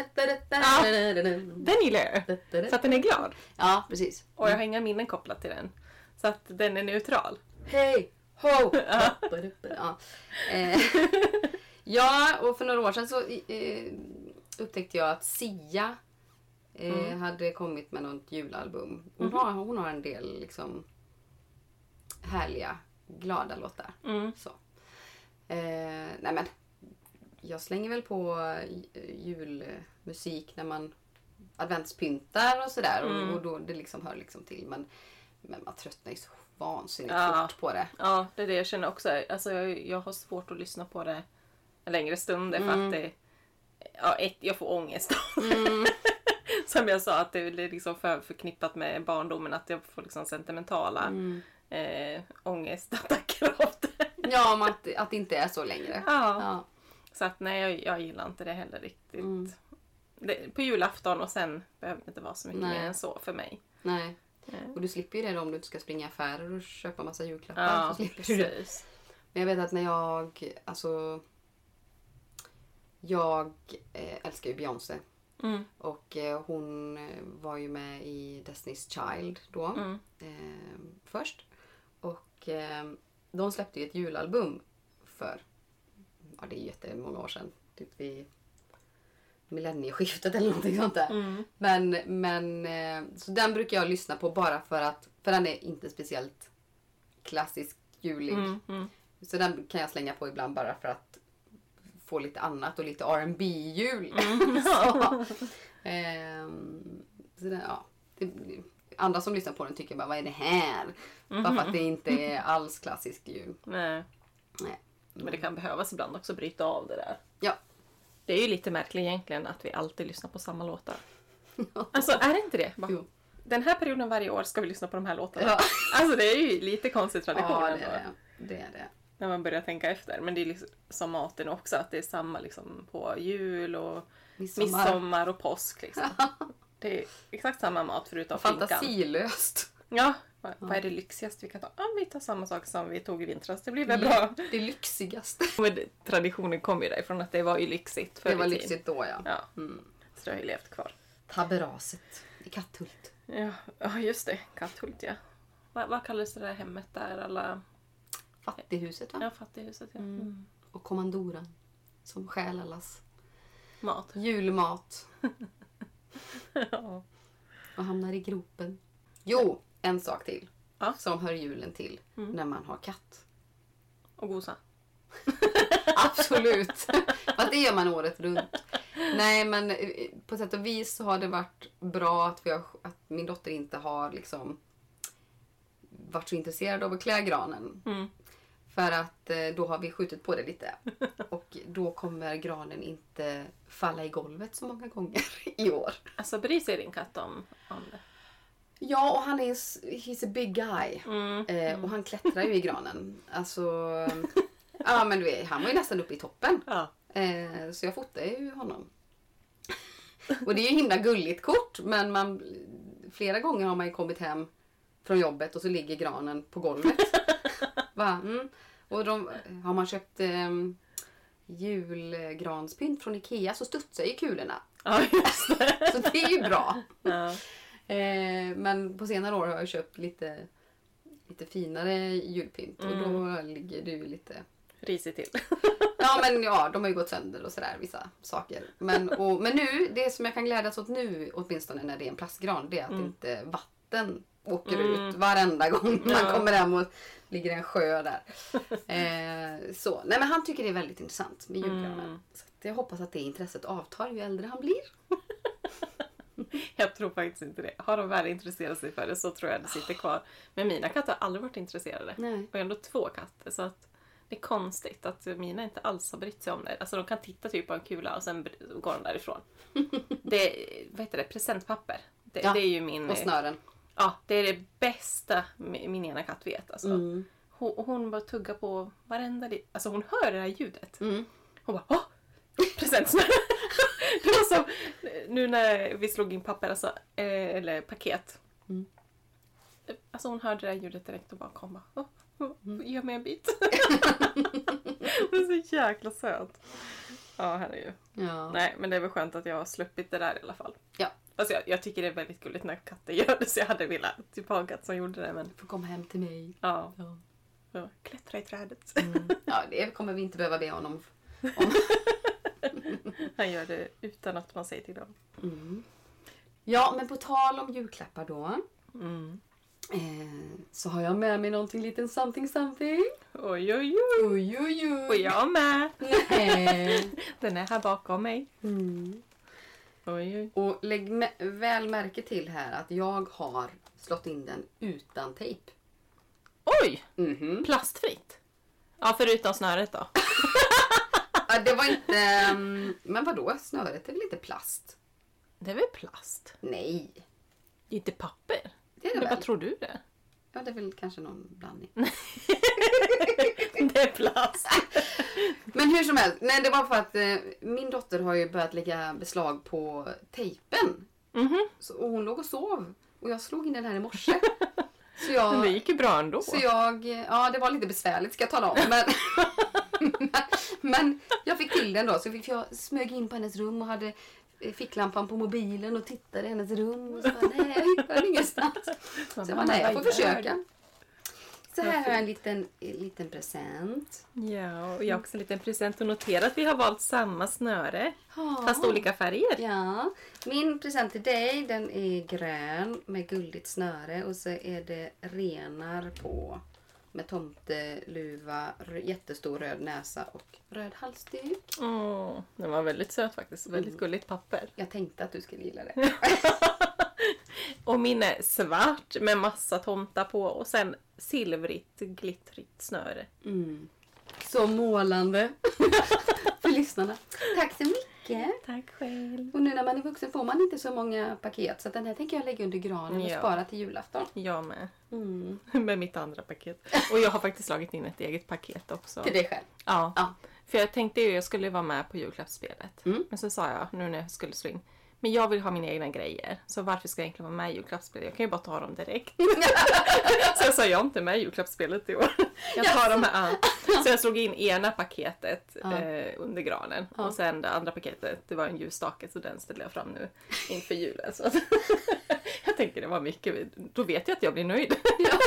Den gillar jag. Så att den är glad. Ja, precis. Och jag har inga minnen kopplat till den. Så att den är neutral. Hej! Ho! Ja. Eh, ja, och för några år sedan så eh, upptäckte jag att Sia eh, Mm. hade kommit med något julalbum. Hon, Mhm. har, hon har en del liksom härliga, glada låtar. Mm. Så. Eh, nej men, jag slänger väl på eh, julmusik när man adventspyntar och sådär. Mm. Och, och då det liksom hör liksom till. Men, men man tröttnar ju så vansinnigt Ja. fort på det. Ja, det är det jag känner också. Alltså, jag, jag har svårt att lyssna på det en längre stund. För Mm. att det, ja, ett, jag får ångest. Mm. Som jag sa, att det är liksom för förknippat med barndomen. Att jag får liksom sentimentala Mm. eh, ångestattacker av det. Ja, om att, att det inte är så längre. Ja. Ja. Så att nej, jag, jag gillar inte det heller riktigt. Mm. Det, på julafton och sen behöver det inte vara så mycket Nej. mer än så för mig. Nej. Eh, Och du slipper ju det då om du inte ska springa i affärer och köpa massa julklappar. Ja, så slipper du det. precis. Men jag vet att när jag, alltså... Jag eh, älskar ju Beyoncé. Mm. Och eh, hon eh, var ju med i Destiny's Child då. Mm. Eh, först. Och eh, de släppte ju ett julalbum för, ja det är jättemånga år sedan. Typ vid millennieskiftet eller någonting sånt där. Mm. Men, men eh, så den brukar jag lyssna på bara för att, för den är inte speciellt klassisk julig. Mm. Mm. Så den kan jag slänga på ibland bara för att få lite annat och lite R and B-jul. Mm. så, ehm, så den, ja. Det, andra som lyssnar på den tycker bara, vad är det här? Bara för att det inte är alls klassisk jul. Nej. Nej. Men det kan behövas ibland också bryta av det där. Ja. Det är ju lite märkligt egentligen att vi alltid lyssnar på samma låtar. Alltså är det inte det? Bara, Jo. den här perioden varje år ska vi lyssna på de här låtarna. Ja. Alltså det är ju lite konstig tradition Ja, det ändå, är det. Det är det. när man börjar tänka efter. Men det är liksom som maten också, att det är samma liksom på jul och Midsommar. midsommar och påsk. Liksom. Det är exakt samma mat förutom finkan. Fantasilöst. Ja, vad, vad är det lyxigaste vi kan ta? Ja, vi tar samma sak som vi tog i vintras. Det blir väl bra. Det lyxigaste. Men det- traditionen kom ju därifrån att det var ju lyxigt förr Det var i tiden. lyxigt då, ja. Ja, Mm. så det har ju levt kvar. Taberaset i Katthult. Ja, ja just det. Katthult, ja. Vad, vad kallades det där hemmet där? Alla... Fattighuset, va? Ja, fattighuset, ja. Mm. Mm. Och kommandoran. Som stjäl allas Mat. julmat. Ja. Och hamnar i gropen. Jo, en sak till. Ja. Som hör julen till. Mm. När man har katt. Och gosa. Absolut. Fast det gör man året runt. Nej, men eh, på sätt och vis så har det varit bra att, vi har, att min dotter inte har liksom varit så intresserad av att klä granen. Mm. För att eh, då har vi skjutit på det lite. Och då kommer granen inte falla i golvet så många gånger i år. Alltså bryr sig din katt om, om det? Ja, och han är s- he's a big guy. Mm. Eh, och han klättrar ju i granen. Alltså, Ja, men du vet, han var ju nästan uppe i toppen. Ja. Eh, så jag fotade ju honom. Och det är ju himla gulligt kort, men man, flera gånger har man ju kommit hem från jobbet och så ligger granen på golvet. Va? Mm. Och de, har man köpt eh, julgranspynt från Ikea så studsar ju kulorna. Ja, just det. Så det är ju bra. Ja. Eh, men på senare år har jag köpt lite, lite finare julpynt. Och då ligger det ju lite... Risigt till. Ja, men ja, de har ju gått sönder och sådär, vissa saker. Men, och, men nu, det som jag kan glädjas åt nu, åtminstone när det är en plastgran, det är att Mm. inte vatten åker Mm. ut varenda gång man Ja. kommer hem och ligger en sjö där. Eh, så. Nej, men han tycker det är väldigt intressant med julgranen. Mm. Så att jag hoppas att det intresset avtar ju äldre han blir. Jag tror faktiskt inte det. Har de väl intresserat sig för det så tror jag det sitter kvar. Men mina katter har aldrig varit intresserade. Nej. Och ändå två katter. Så att det är konstigt att mina inte alls har brytt sig om det. Alltså de kan titta typ på en kula och sen går de därifrån. Det är, vad heter det, presentpapper. Det, Ja, det är ju min... Och snören. Ja, det är det bästa min ena katt vet. Alltså. Mm. Hon, hon bara tuggar på varenda... li- Alltså hon hör det här ljudet. Mm. Hon bara, åh! Presentsnöre! Det var som nu när vi slog in papper, alltså, eh, eller paket. Mm. Alltså hon hörde det här ljudet direkt och bara kom bara, åh, åh, gör mig en bit. Hon är så jäkla söt. Ja, herregud. Ja. Nej, men det är väl skönt att jag har sluppit det där i alla fall. Ja. Alltså jag, jag tycker det är väldigt gulligt när katter gör det, så jag hade velat typ ha en katt som gjorde det, men Du får komma hem till mig. ja. Ja. ja klättra i trädet. Mm. Ja, det kommer vi inte behöva be honom om. Han gör det utan att man säger till dem. Mm. Ja, men på tal om julklappar då. Mm. Eh, så har jag med mig någonting liten something something. Oj, oj, oj. Oj, oj, oj. Och jag med. Nej. Den är här bakom mig. Mm. Oj, oj. Och lägg mä- väl märke till här att jag har slått in den utan tejp. Oj! Mhm. Plastfritt. Ja, förutom snöret då. Ja, det var inte... mm, Men vadå? Snöret är väl inte plast? Det är väl plast? Nej. Det är inte papper. Det är det Men väl? vad tror du det? Ja, det är väl kanske någon blandning. Det är plast. Men hur som helst. Nej, det var för att eh, min dotter har ju börjat lägga beslag på tejpen. Mhm. Så, och hon låg och sov. Och jag slog in den här i morse. Så jag... Men det gick ju bra ändå. Så jag, ja det var lite besvärligt ska jag tala om. Men, men, men jag fick till den då. Så fick jag smög in på hennes rum och hade ficklampan på mobilen och tittade i hennes rum. Och så bara, nej jag hittar ingenstans. Så jag bara, nej jag får försöka. Så här har jag en liten, en liten present. Ja, och jag har också en liten present och notera att vi har valt samma snöre. Ja. Fast olika färger. Ja, min present till dig den är grön med guldigt snöre och så är det renar på med tomteluva, r- jättestor röd näsa och röd halsduk. Åh, den var väldigt söt faktiskt. Väldigt Mm. gulligt papper. Jag tänkte att du skulle gilla det. Och min är svart med massa tomtar på och sen silvrigt, glittrigt snöre. Mm. Så målande för lyssnarna. Tack så mycket. Tack själv. Och nu när man är vuxen får man inte så många paket så att den här tänker jag lägga under granen och Ja. spara till julafton. Jag med. Mm. Med mitt andra paket. Och jag har faktiskt slagit in ett eget paket också. Till dig själv. Ja. Ja. För jag tänkte ju att jag skulle vara med på julklappsspelet. Mm. Men så sa jag nu när jag skulle slå in. Men jag vill ha mina egna grejer. Så varför ska jag egentligen vara med i julklappsspelet? Jag kan ju bara ta dem direkt. Så jag sa jag är inte med i julklappsspelet i år. Jag tar dem här. Så jag slog in ena paketet Ja. eh, under granen. Ja. Och sen det andra paketet, det var en ljusstake. Så den ställde jag fram nu inför julen. Så att, jag tänker det var mycket. Då vet jag att jag blir nöjd.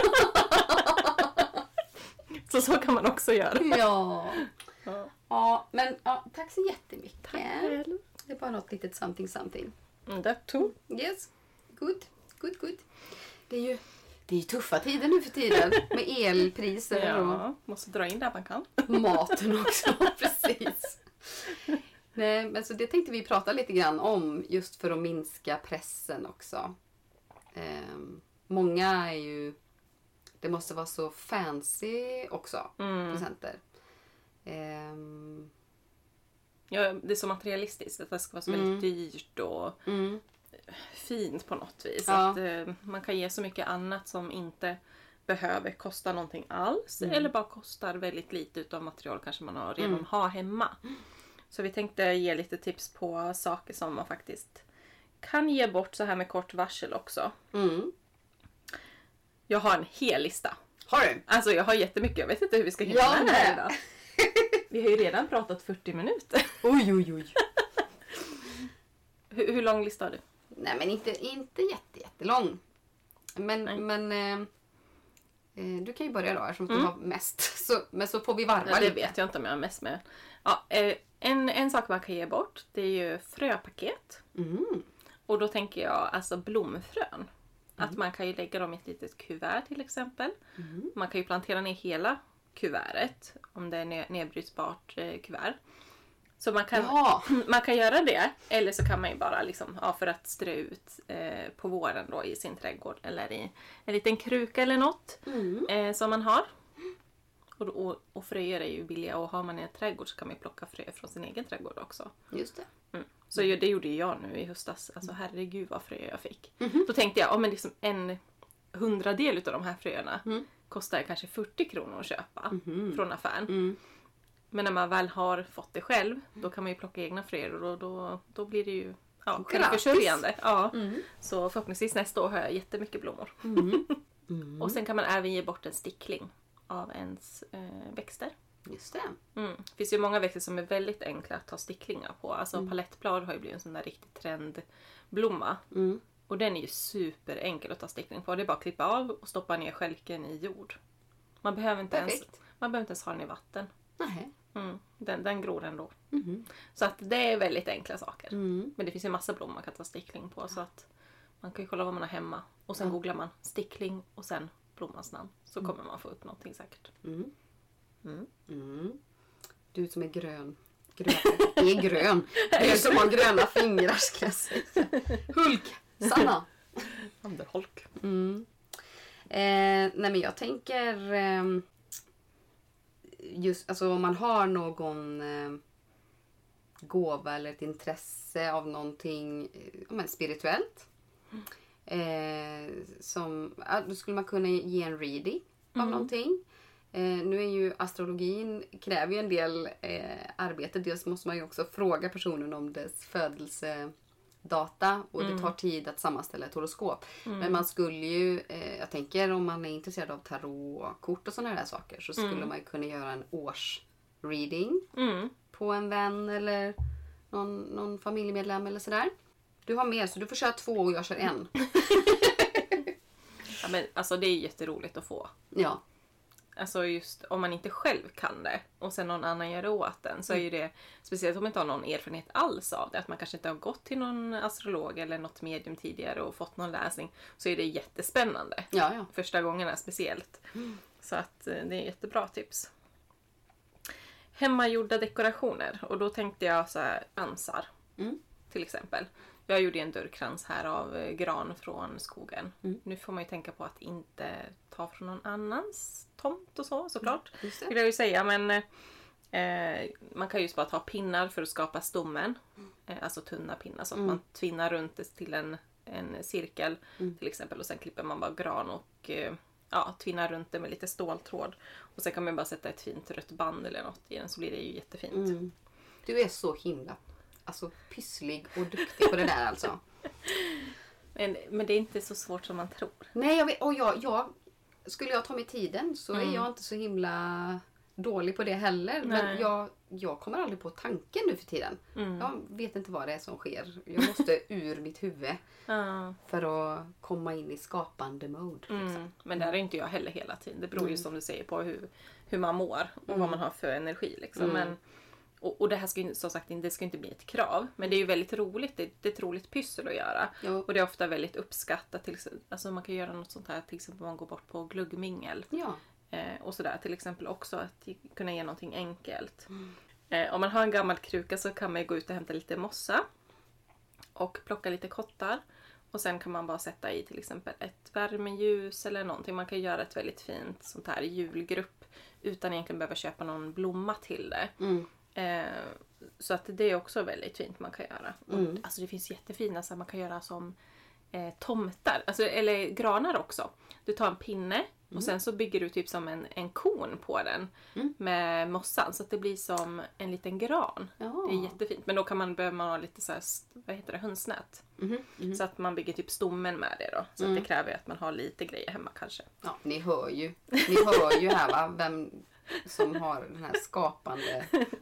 Så så kan man också göra. Ja. Ja. Ja, men ja, tack så jättemycket. Tack själv. Det är bara något litet something something. Mm, det tog. Yes, good, good, good. Det är ju, det är ju tuffa tider nu för tiden med elpriser Ja, måste dra in där man kan. och maten också. Precis. Nej, men så det tänkte vi prata lite grann om just för att minska pressen också. Ehm, många är ju, det måste vara så fancy också, Mm. presenter. Ehm, Ja, det är så materialistiskt att det ska vara så väldigt dyrt och mm. fint på något vis. Ja. Att eh, man kan ge så mycket annat som inte behöver kosta någonting alls. Mm. Eller bara kostar väldigt lite utav material kanske man har, redan mm. har hemma. Så vi tänkte ge lite tips på saker som man faktiskt kan ge bort så här med kort varsel också. Mm. Jag har en hel lista. Har du? Alltså jag har jättemycket. Jag vet inte hur vi ska hinna ja, med det här idag. Vi har ju redan pratat fyrtio minuter. Oj, oj, oj. hur, hur lång lista har du? Nej, men inte, inte jätte, jättelång. Men, men eh, du kan ju börja då eftersom mm. du har mest. Så, men så får vi varva ja, det lite. Det vet jag inte om jag har mest med. Ja, eh, en, en sak man kan ge bort, det är ju fröpaket. Mm. Och då tänker jag alltså blomfrön. Mm. Att man kan ju lägga dem i ett litet kuvert till exempel. Mm. Man kan ju plantera ner hela kuvertet om det är nedbrytbart eh, kuvert. Så man kan, ja. man kan göra det. Eller så kan man ju bara liksom, ja, för att strö ut eh, på våren då i sin trädgård. Eller i en liten kruka eller något mm. eh, som man har. Och, och, och fröer är ju billiga. Och har man en trädgård så kan man ju plocka fröer från sin egen trädgård också. Just det. Mm. Så mm. det gjorde jag nu i höstas. Alltså herregud vad fröer jag fick. Mm. Då tänkte jag, ja men liksom en hundradel utav de här fröerna mm. kostar kanske fyrtio kronor att köpa mm. från affären. Mm. Men när man väl har fått det själv, då kan man ju plocka egna fröer och då, då, då blir det ju ja, självförsörjande. Ja. Mm. Så förhoppningsvis nästa år har jag jättemycket blommor. Mm. Mm. Och sen kan man även ge bort en stickling av ens eh, växter. Just det. Mm. Det finns ju många växter som är väldigt enkla att ta sticklingar på. Alltså mm. palettblad har ju blivit en sån där riktig trendblomma. Mm. Och den är ju superenkel att ta stickling på. Det är bara att klippa av och stoppa ner skälken i jord. Man behöver inte, ens, man behöver inte ens ha den i vatten. Nej. Mm, den, den gror ändå. Mm. Så att det är väldigt enkla saker. Mm. Men det finns ju massa blommor man kan ta stickling på. Så att man kan ju kolla vad man har hemma. Och sen ja. googlar man stickling och sen blommans namn. Så kommer man få upp någonting säkert. Mm. Mm. Mm. Du som är grön. grön. är grön. Du som har gröna fingrar ska jag säga. Hulk. Sanna. Underholk. Mm. Eh, nej men jag tänker... Eh, just alltså om man har någon eh, gåva eller ett intresse av någonting eh, men spirituellt eh, som ja, då skulle man kunna ge en reading av mm. någonting. Eh, nu är ju astrologin kräver ju en del eh, arbete. Dels måste man ju också fråga personen om dess födelsedata och mm. det tar tid att sammanställa ett horoskop. Mm. Men man skulle ju, eh, jag tänker om man är intresserad av tarotkort och sådana där saker så skulle mm. man ju kunna göra en årsreading mm. på en vän eller någon, någon familjemedlem eller sådär. Du har mer så du får köra två och jag kör en. Ja, men alltså det är jätteroligt att få. Ja. Alltså just om man inte själv kan det och sen någon annan gör det åt den så är ju det, speciellt om man inte har någon erfarenhet alls av det, att man kanske inte har gått till någon astrolog eller något medium tidigare och fått någon läsning, så är det jättespännande. Ja, ja. Första gångerna speciellt. Mm. Så att det är jättebra tips. Hemmagjorda dekorationer, och då tänkte jag så här ansar mm. till exempel. Jag gjorde en dörrkrans här av gran från skogen. Mm. Nu får man ju tänka på att inte ta från någon annans tomt och så, såklart. Mm, det vill jag ju säga, men eh, man kan ju bara ta pinnar för att skapa stommen. Mm. Eh, alltså tunna pinnar, så att mm. man tvinnar runt det till en, en cirkel mm. till exempel. Och sen klipper man bara gran och eh, ja, tvinnar runt det med lite ståltråd. Och sen kan man bara sätta ett fint rött band eller något i den, så blir det ju jättefint. Mm. Du är så himla alltså pysslig och duktig på det där alltså. Men, men det är inte så svårt som man tror. Nej, jag vet, och jag, jag skulle jag ta mig tiden så mm. är jag inte så himla dålig på det heller. Nej. Men jag, jag kommer aldrig på tanken nu för tiden. Mm. Jag vet inte vad det är som sker. Jag måste ur mitt huvud uh. för att komma in i skapande mode. Liksom. Mm. Men där är inte jag heller hela tiden. Det beror ju mm. som du säger på hur, hur man mår och mm. vad man har för energi. Liksom. Mm. Men, och, och det här ska ju som sagt det ska inte bli ett krav. Men det är ju väldigt roligt. Det, det är ett roligt pyssel att göra. Jo. Och det är ofta väldigt uppskattat. Till, alltså man kan göra något sånt här, till exempel om man går bort på gluggmingel. Ja. Eh, och sådär. Till exempel också att kunna ge någonting enkelt. Mm. Eh, om man har en gammal kruka så kan man ju gå ut och hämta lite mossa. Och plocka lite kottar. Och sen kan man bara sätta i till exempel ett värmeljus eller någonting. Man kan göra ett väldigt fint sånt här julgrupp. Utan egentligen behöva köpa någon blomma till det. Mm. Eh, så att det är också väldigt fint man kan göra. Mm. Och, alltså det finns jättefina så man kan göra som eh, tomtar. Alltså, eller granar också. Du tar en pinne Och sen så bygger du typ som en, en kon på den Mm. med mossan. Så att det blir som en liten gran. Ja. Det är jättefint. Men då kan man behöva ha lite så här, vad heter det, hönsnät. Mhm, mhm. Så att man bygger typ stommen med det då. Så Mm. att det kräver att man har lite grejer hemma kanske. Ja, ni hör ju. Ni hör ju här va, vem som har den här skapande...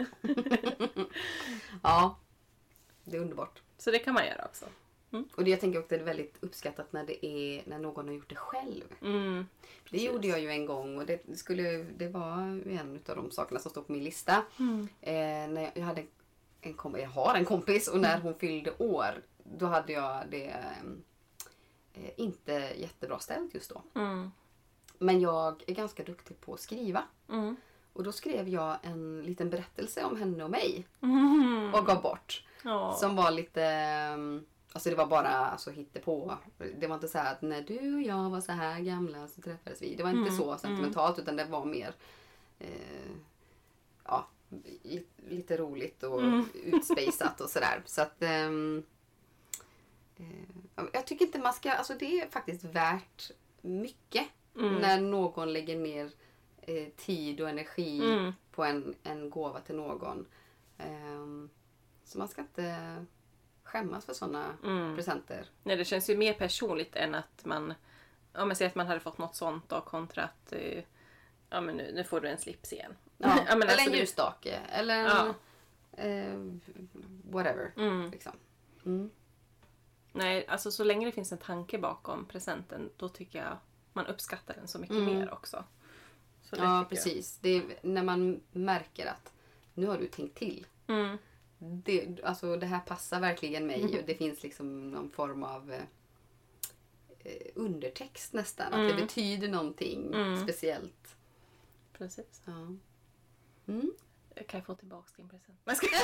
Ja, det är underbart. Så det kan man göra också. Och det, jag tänker också att det är väldigt uppskattat när det är när någon har gjort det själv. Mm. Det gjorde jag ju en gång och det, skulle, det var en av de sakerna som stod på min lista. Mm. Eh, när jag, jag, hade en kompis, jag har en kompis och när hon fyllde år då hade jag det eh, inte jättebra ställt just då. Mm. Men jag är ganska duktig på att skriva. Mm. Och då skrev jag en liten berättelse om henne och mig. Mm. Och gav bort. Ja. Som var lite... um, Alltså det var bara alltså, hittepå. Det var inte så här att när du och jag var så här gamla så träffades vi. Det var inte Mm, så sentimentalt utan det var mer eh, ja, li- lite roligt och Mm. utspejsat och sådär. Så att ehm, eh, jag tycker inte man ska, alltså det är faktiskt värt mycket Mm. när någon lägger ner eh, tid och energi Mm. på en, en gåva till någon. Ehm, så man ska inte skämmas för sådana Mm. presenter. Nej, det känns ju mer personligt än att man... Ja, men säg att man hade fått något sånt då kontra att... eh, Ja, men nu, nu får du en slips igen. Ja, Ja, men eller alltså en det- ljusstake. Eller en, Ja. eh, whatever. Mm. Liksom. Mm. Nej, alltså så länge det finns en tanke bakom presenten, då tycker jag man uppskattar den så mycket Mm. mer också. Så det Ja, tycker precis. Det är när man märker att nu har du tänkt till. jag. Mm. Det, alltså, det här passar verkligen mig. Och det finns liksom någon form av eh, eh, undertext nästan. Att Mm. det betyder någonting Mm. speciellt. Precis. Ja. Mm. Jag kan jag få tillbaka din present? Men ska...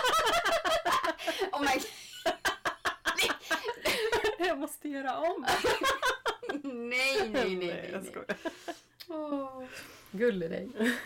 Oh my... jag måste göra om. nej, nej, nej, nej, jag nej. skojar. Åh, gulle dig.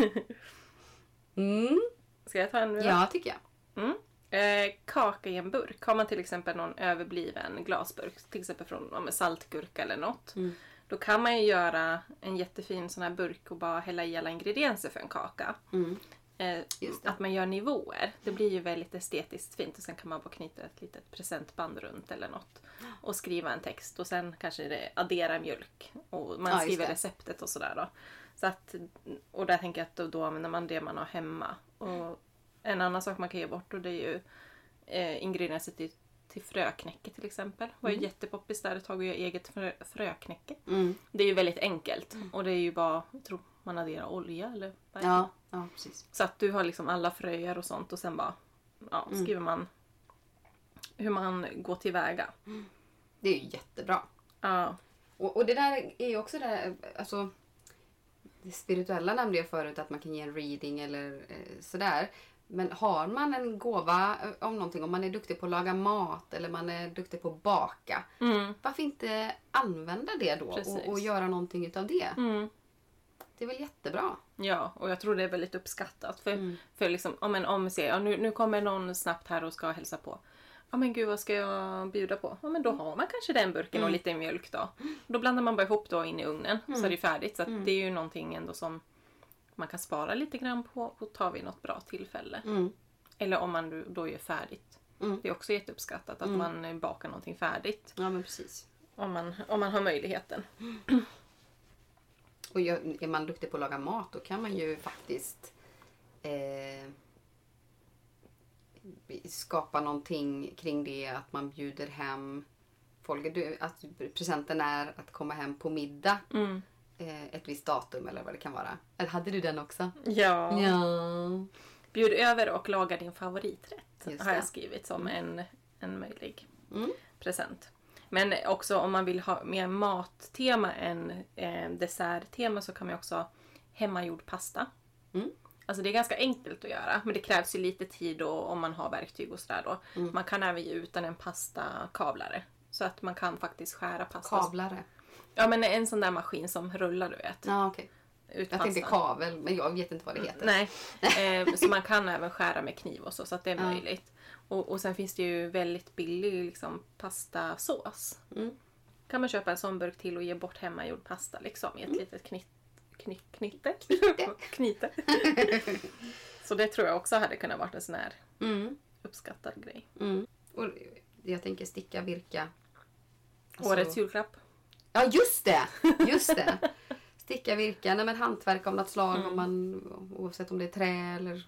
Mm. Ska jag ta en nu då? Ja, tycker jag. Mm. Eh, kaka i en burk. Har man till exempel någon överbliven glasburk, till exempel från ja, med saltgurka eller något. Mm. Då kan man ju göra en jättefin sån här burk och bara hälla i alla ingredienser för en kaka. Mm. Eh, Just det. att man gör nivåer. Det blir ju väldigt estetiskt fint. Och sen kan man bara knyta ett litet presentband runt eller något. Och skriva en text. Och sen kanske det addera mjölk. Och man Ja, just skriver det. receptet och sådär då. Så att, och där tänker jag att då, då använder man det man har hemma. Och en annan sak man kan ge bort. Och det är ju eh, ingredienser till, till fröknäcke till exempel. Var ju Mm. jättepoppis där ett tag att göra eget frö, fröknäcke. Mm. Det är ju väldigt enkelt. Och det är ju bara, jag tror man adderar olja eller vad är det? Ja, ja, precis. Så att du har liksom alla fröer och sånt och sen bara ja, Mm. skriver man hur man går tillväga. Det är ju jättebra. Ja. Och, och det där är ju också det här, alltså det spirituella nämnde jag förut att man kan ge en reading eller eh, sådär. Men har man en gåva eh, om någonting, om man är duktig på att laga mat eller man är duktig på att baka. Mm. Varför inte använda det då Precis. och, och göra någonting utav det? Mm. Det är väl jättebra? Ja, och jag tror det är väldigt uppskattat. För, Mm. för liksom, om, en, om vi ser, ja, nu, nu kommer någon snabbt här och ska hälsa på. Ja men gud, vad ska jag bjuda på? Ja men då har man kanske den burken och Mm. lite mjölk då. Då blandar man bara ihop då in i ugnen Mm. så är det färdigt. Så att Mm. det är ju någonting ändå som man kan spara lite grann på och ta vid något bra tillfälle. Mm. Eller om man då- då gör färdigt. Mm. Det är också jätteuppskattat att Mm. man bakar någonting färdigt. Ja men precis. Om man, om man har möjligheten. Och gör- är man duktig på att laga mat då kan man ju faktiskt eh, skapa någonting kring det. Att man bjuder hem folk. Du- Att presenten är att komma hem på middag Mm. eh, ett visst datum eller vad det kan vara. Eller hade du den också? Ja. Ja. Bjud över och laga din favoriträtt. Just Har jag det. skrivit som en, en möjlig Mm. present. Men också om man vill ha mer mattema än eh, desserttema så kan man också hemmagjord pasta. Mm. Alltså det är ganska enkelt att göra. Men det krävs ju lite tid och, om man har verktyg och sådär då. Mm. Man kan även ge utan en pastakavlare. Så att man kan faktiskt skära pasta. Kavlare. Ja men en sån där maskin som rullar du vet. Ja okej. Ut Jag tänkte pastan. kavel men jag vet inte vad det heter. Nej, eh, så man kan även skära med kniv och så, så att det är Ja. möjligt. Och, och sen finns det ju väldigt billig liksom, pastasås. Mm. kan man köpa en sån burk till och ge bort hemmagjord pasta liksom i ett mm. litet knitt, knitt, knitte. Knitte. Så det tror jag också hade kunnat vara en sån här mm. uppskattad grej. Mm. Och jag tänker sticka, virka. Alltså... Årets julklapp. Ja, just det! Just det. Sticka, virka, nej men hantverk av något slag. Mm. Om man, oavsett om det är trä eller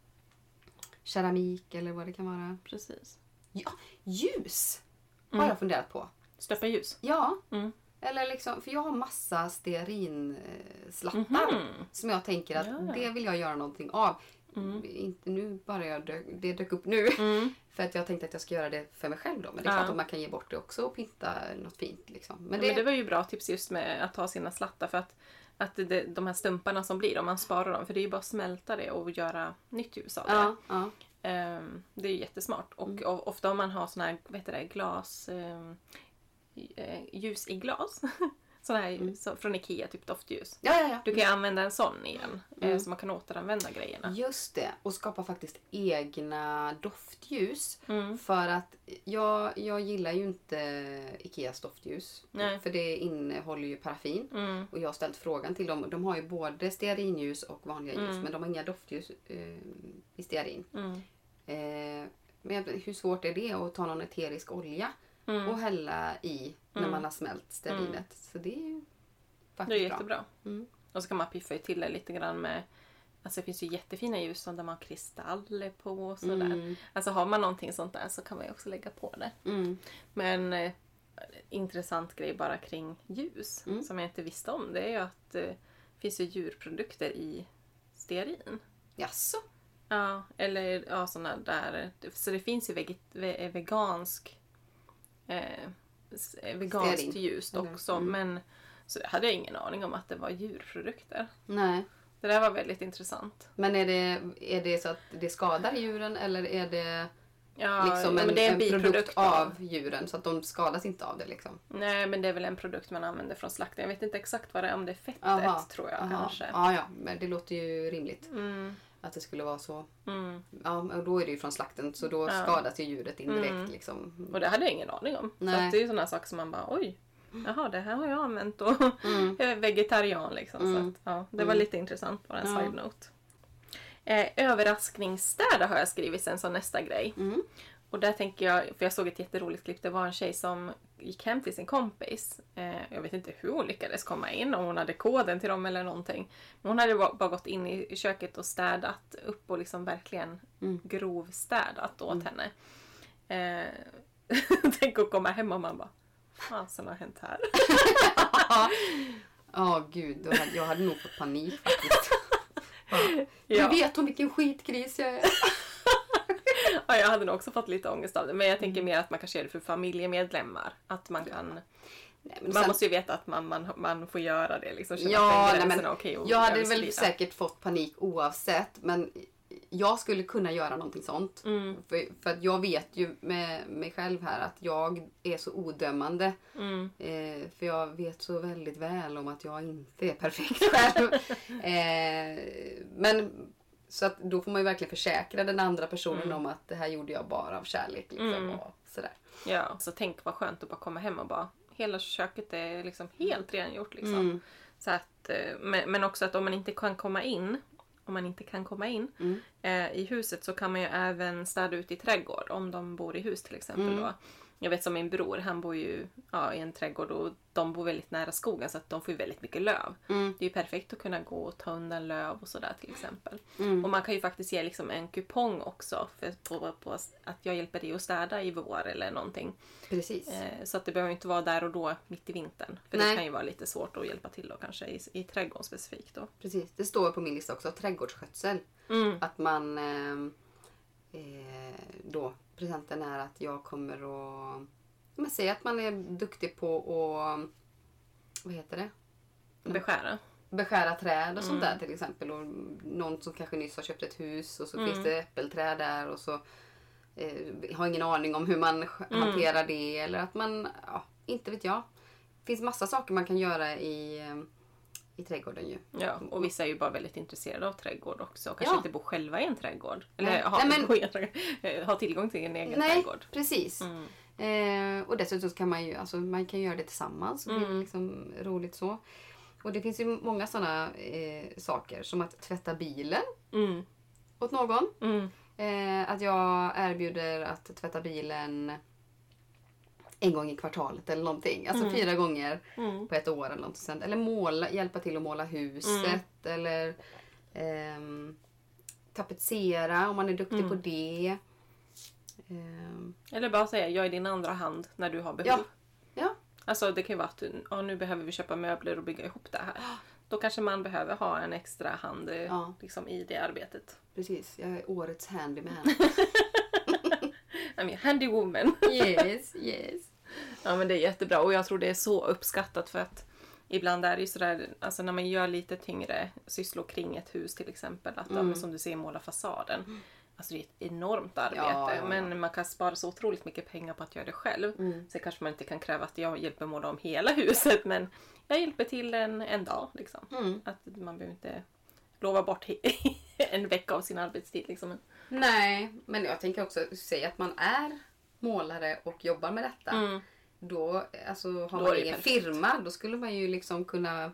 keramik eller vad det kan vara. Precis. Ja, ljus mm. har jag funderat på. Stöpa ljus? Ja. Mm. Eller liksom, för jag har massa stearinslattar mm-hmm. som jag tänker att ja. det vill jag göra någonting av. Mm. Inte nu bara jag dök, det dök upp nu. Mm. För att jag tänkte att jag ska göra det för mig själv då. Men det är ja. klart att man kan ge bort det också och pinta något fint. Liksom. Men, det... Ja, men det var ju bra tips just med att ta sina slattar. För att, att det, de här stumparna som blir, om man sparar dem. För det är ju bara att smälta det och göra nytt ljus av det. Ja, ja. Um, det är ju jättesmart. Och, mm. och ofta om man har såna här, vad heter det, glas... Um, ljus i glas. Sån här mm. så, från Ikea, typ doftljus. Ja, ja, ja. Du kan ju använda en sån igen. Mm. Så man kan återanvända grejerna. Just det. Och skapa faktiskt egna doftljus. Mm. För att jag, jag gillar ju inte Ikeas doftljus. Nej. För det innehåller ju paraffin. Mm. Och jag har ställt frågan till dem. De har ju både stearinljus och vanliga ljus. Mm. Men de har inga doftljus eh, i stearin. Mm. Eh, men hur svårt är det att ta någon eterisk olja? Mm. Och hälla i när mm. man har smält stearinet. Mm. Så det är ju faktiskt det är jättebra. Mm. Och så kan man piffa till det lite grann med... Alltså det finns ju jättefina ljus där man har kristaller på och sådär. Mm. Alltså har man någonting sånt där så kan man ju också lägga på det. Mm. Men eh, intressant grej bara kring ljus mm. som jag inte visste om. Det är ju att eh, det finns ju djurprodukter i stearin. Jaså? Ja, eller ja, sådana där. Så det finns ju veget- vegansk... Eh, veganskt stearin. Ljus också. Mm. Men så det hade jag ingen aning om att det var djurprodukter. Nej. Det där var väldigt intressant. Men är det, är det så att det skadar djuren eller är det ja, liksom ja, en, men det är en, en produkt av djuren så att de skadas inte av det liksom? Nej, men det är väl en produkt man använder från slakten. Jag vet inte exakt vad det är, om det är fettet aha, tror jag aha. kanske. Ja, ja, men det låter ju rimligt. Mm. Att det skulle vara så. Mm. Ja, och då är det ju från slakten så då ja. skadas ju djuret indirekt mm. liksom. Och det hade jag ingen aning om. Nej. Så att det är ju sådana saker som man bara, oj, jaha, det här har jag använt och mm. jag är vegetarian liksom. Mm. Så att, ja, det var mm. lite intressant, bara en ja. side note. Eh, överraskningsstäda har jag skrivit sen som nästa grej. Mm. Och där tänker jag, för jag såg ett jätteroligt klipp, det var en tjej som gick hem till sin kompis. Eh, jag vet inte hur hon lyckades komma in, om hon hade koden till dem eller någonting. Men hon hade bara gått in i köket och städat upp och liksom verkligen mm. grovstädat åt mm. henne. Eh, tänk att komma hem och man bara, vad som har hänt här? Ja, oh, gud, då hade, jag hade nog fått panik faktiskt. Ja. Jag vet om vilken skitkris jag är. Ja, jag hade nog också fått lite ångest av det. Men jag tänker mer att man kanske gör det för familjemedlemmar. Att man kan... Nej, man sen... måste ju veta att man, man, man får göra det. Liksom, ja, nej, men okay jag hade väl säkert fått panik oavsett. Men jag skulle kunna göra någonting sånt. Mm. För, för att jag vet ju med mig själv här att jag är så odömande. Mm. Eh, för jag vet så väldigt väl om att jag inte är perfekt själv. eh, men... Så att då får man ju verkligen försäkra den andra personen mm. om att det här gjorde jag bara av kärlek. Liksom, mm. och sådär. Ja, så tänk vad skönt att bara komma hem och bara... Hela köket är liksom helt rengjort. Liksom. Mm. Så att, men, men också att om man inte kan komma in... Om man inte kan komma in mm. eh, i huset så kan man ju även städa ut i trädgård. Om de bor i hus till exempel mm. då. Jag vet som min bror, han bor ju ja, i en trädgård och de bor väldigt nära skogen så att de får ju väldigt mycket löv. Mm. Det är ju perfekt att kunna gå och ta undan löv och sådär till exempel. Mm. Och man kan ju faktiskt ge liksom en kupong också för, på, på att jag hjälper dig att städa i vår eller någonting. Precis. Eh, så att det behöver inte vara där och då mitt i vintern. För Nej. det kan ju vara lite svårt att hjälpa till då kanske i, i trädgården specifikt då. Precis, det står på min lista också, trädgårdsskötsel. Mm. Att man eh, eh, då... Presenten är att jag kommer att... Man säger att man är duktig på att... Vad heter det? Beskära. Beskära träd och sånt mm. där till exempel. Och någon som kanske nyss har köpt ett hus och så mm. finns det äppelträd där och så eh, har ingen aning om hur man mm. hanterar det. Eller att man... Ja, inte vet jag. Det finns massa saker man kan göra i... I trädgården ju. Ja, och vissa är ju bara väldigt intresserade av trädgård också. Och kanske ja. inte bor själva i en trädgård. Eller ha, Nej, men... ha tillgång till en egen Nej, trädgård. Precis. Mm. Eh, och dessutom kan man ju alltså, man kan göra det tillsammans. Och det är liksom roligt så. Och det finns ju många sådana eh, saker. Som att tvätta bilen Mm. åt någon. Mm. Eh, att jag erbjuder att tvätta bilen en gång i kvartalet eller någonting. Alltså Mm. fyra gånger Mm. på ett år eller något sånt. Eller måla, hjälpa till att måla huset. Eller ehm, tapetsera om man är duktig Mm. på det. Ehm, Eller bara säga, jag är din andra hand när du har behov. Ja. Ja. Alltså det kan ju vara att ja, nu behöver vi köpa möbler och bygga ihop det här. Då kanske man behöver ha en extra hand eh, Ja. liksom, i det arbetet. Precis, jag är årets handyman. I'm a handy woman. Yes, yes. Ja men det är jättebra och jag tror det är så uppskattat för att ibland är det ju sådär, alltså när man gör lite tyngre sysslor kring ett hus till exempel, att Mm. ja, men som du ser måla fasaden. Alltså det är ett enormt arbete Ja, ja, ja. men man kan spara så otroligt mycket pengar på att göra det själv. Mm. Sen kanske man inte kan kräva att jag hjälper måla om hela huset men jag hjälper till en, en dag liksom. Mm. Att man behöver inte lova bort en vecka av sin arbetstid liksom. Nej, men jag tänker också säga att man är målare och jobbar med detta. Mm. Då, alltså har Då är man det egen perfekt. firma, då skulle man ju liksom kunna,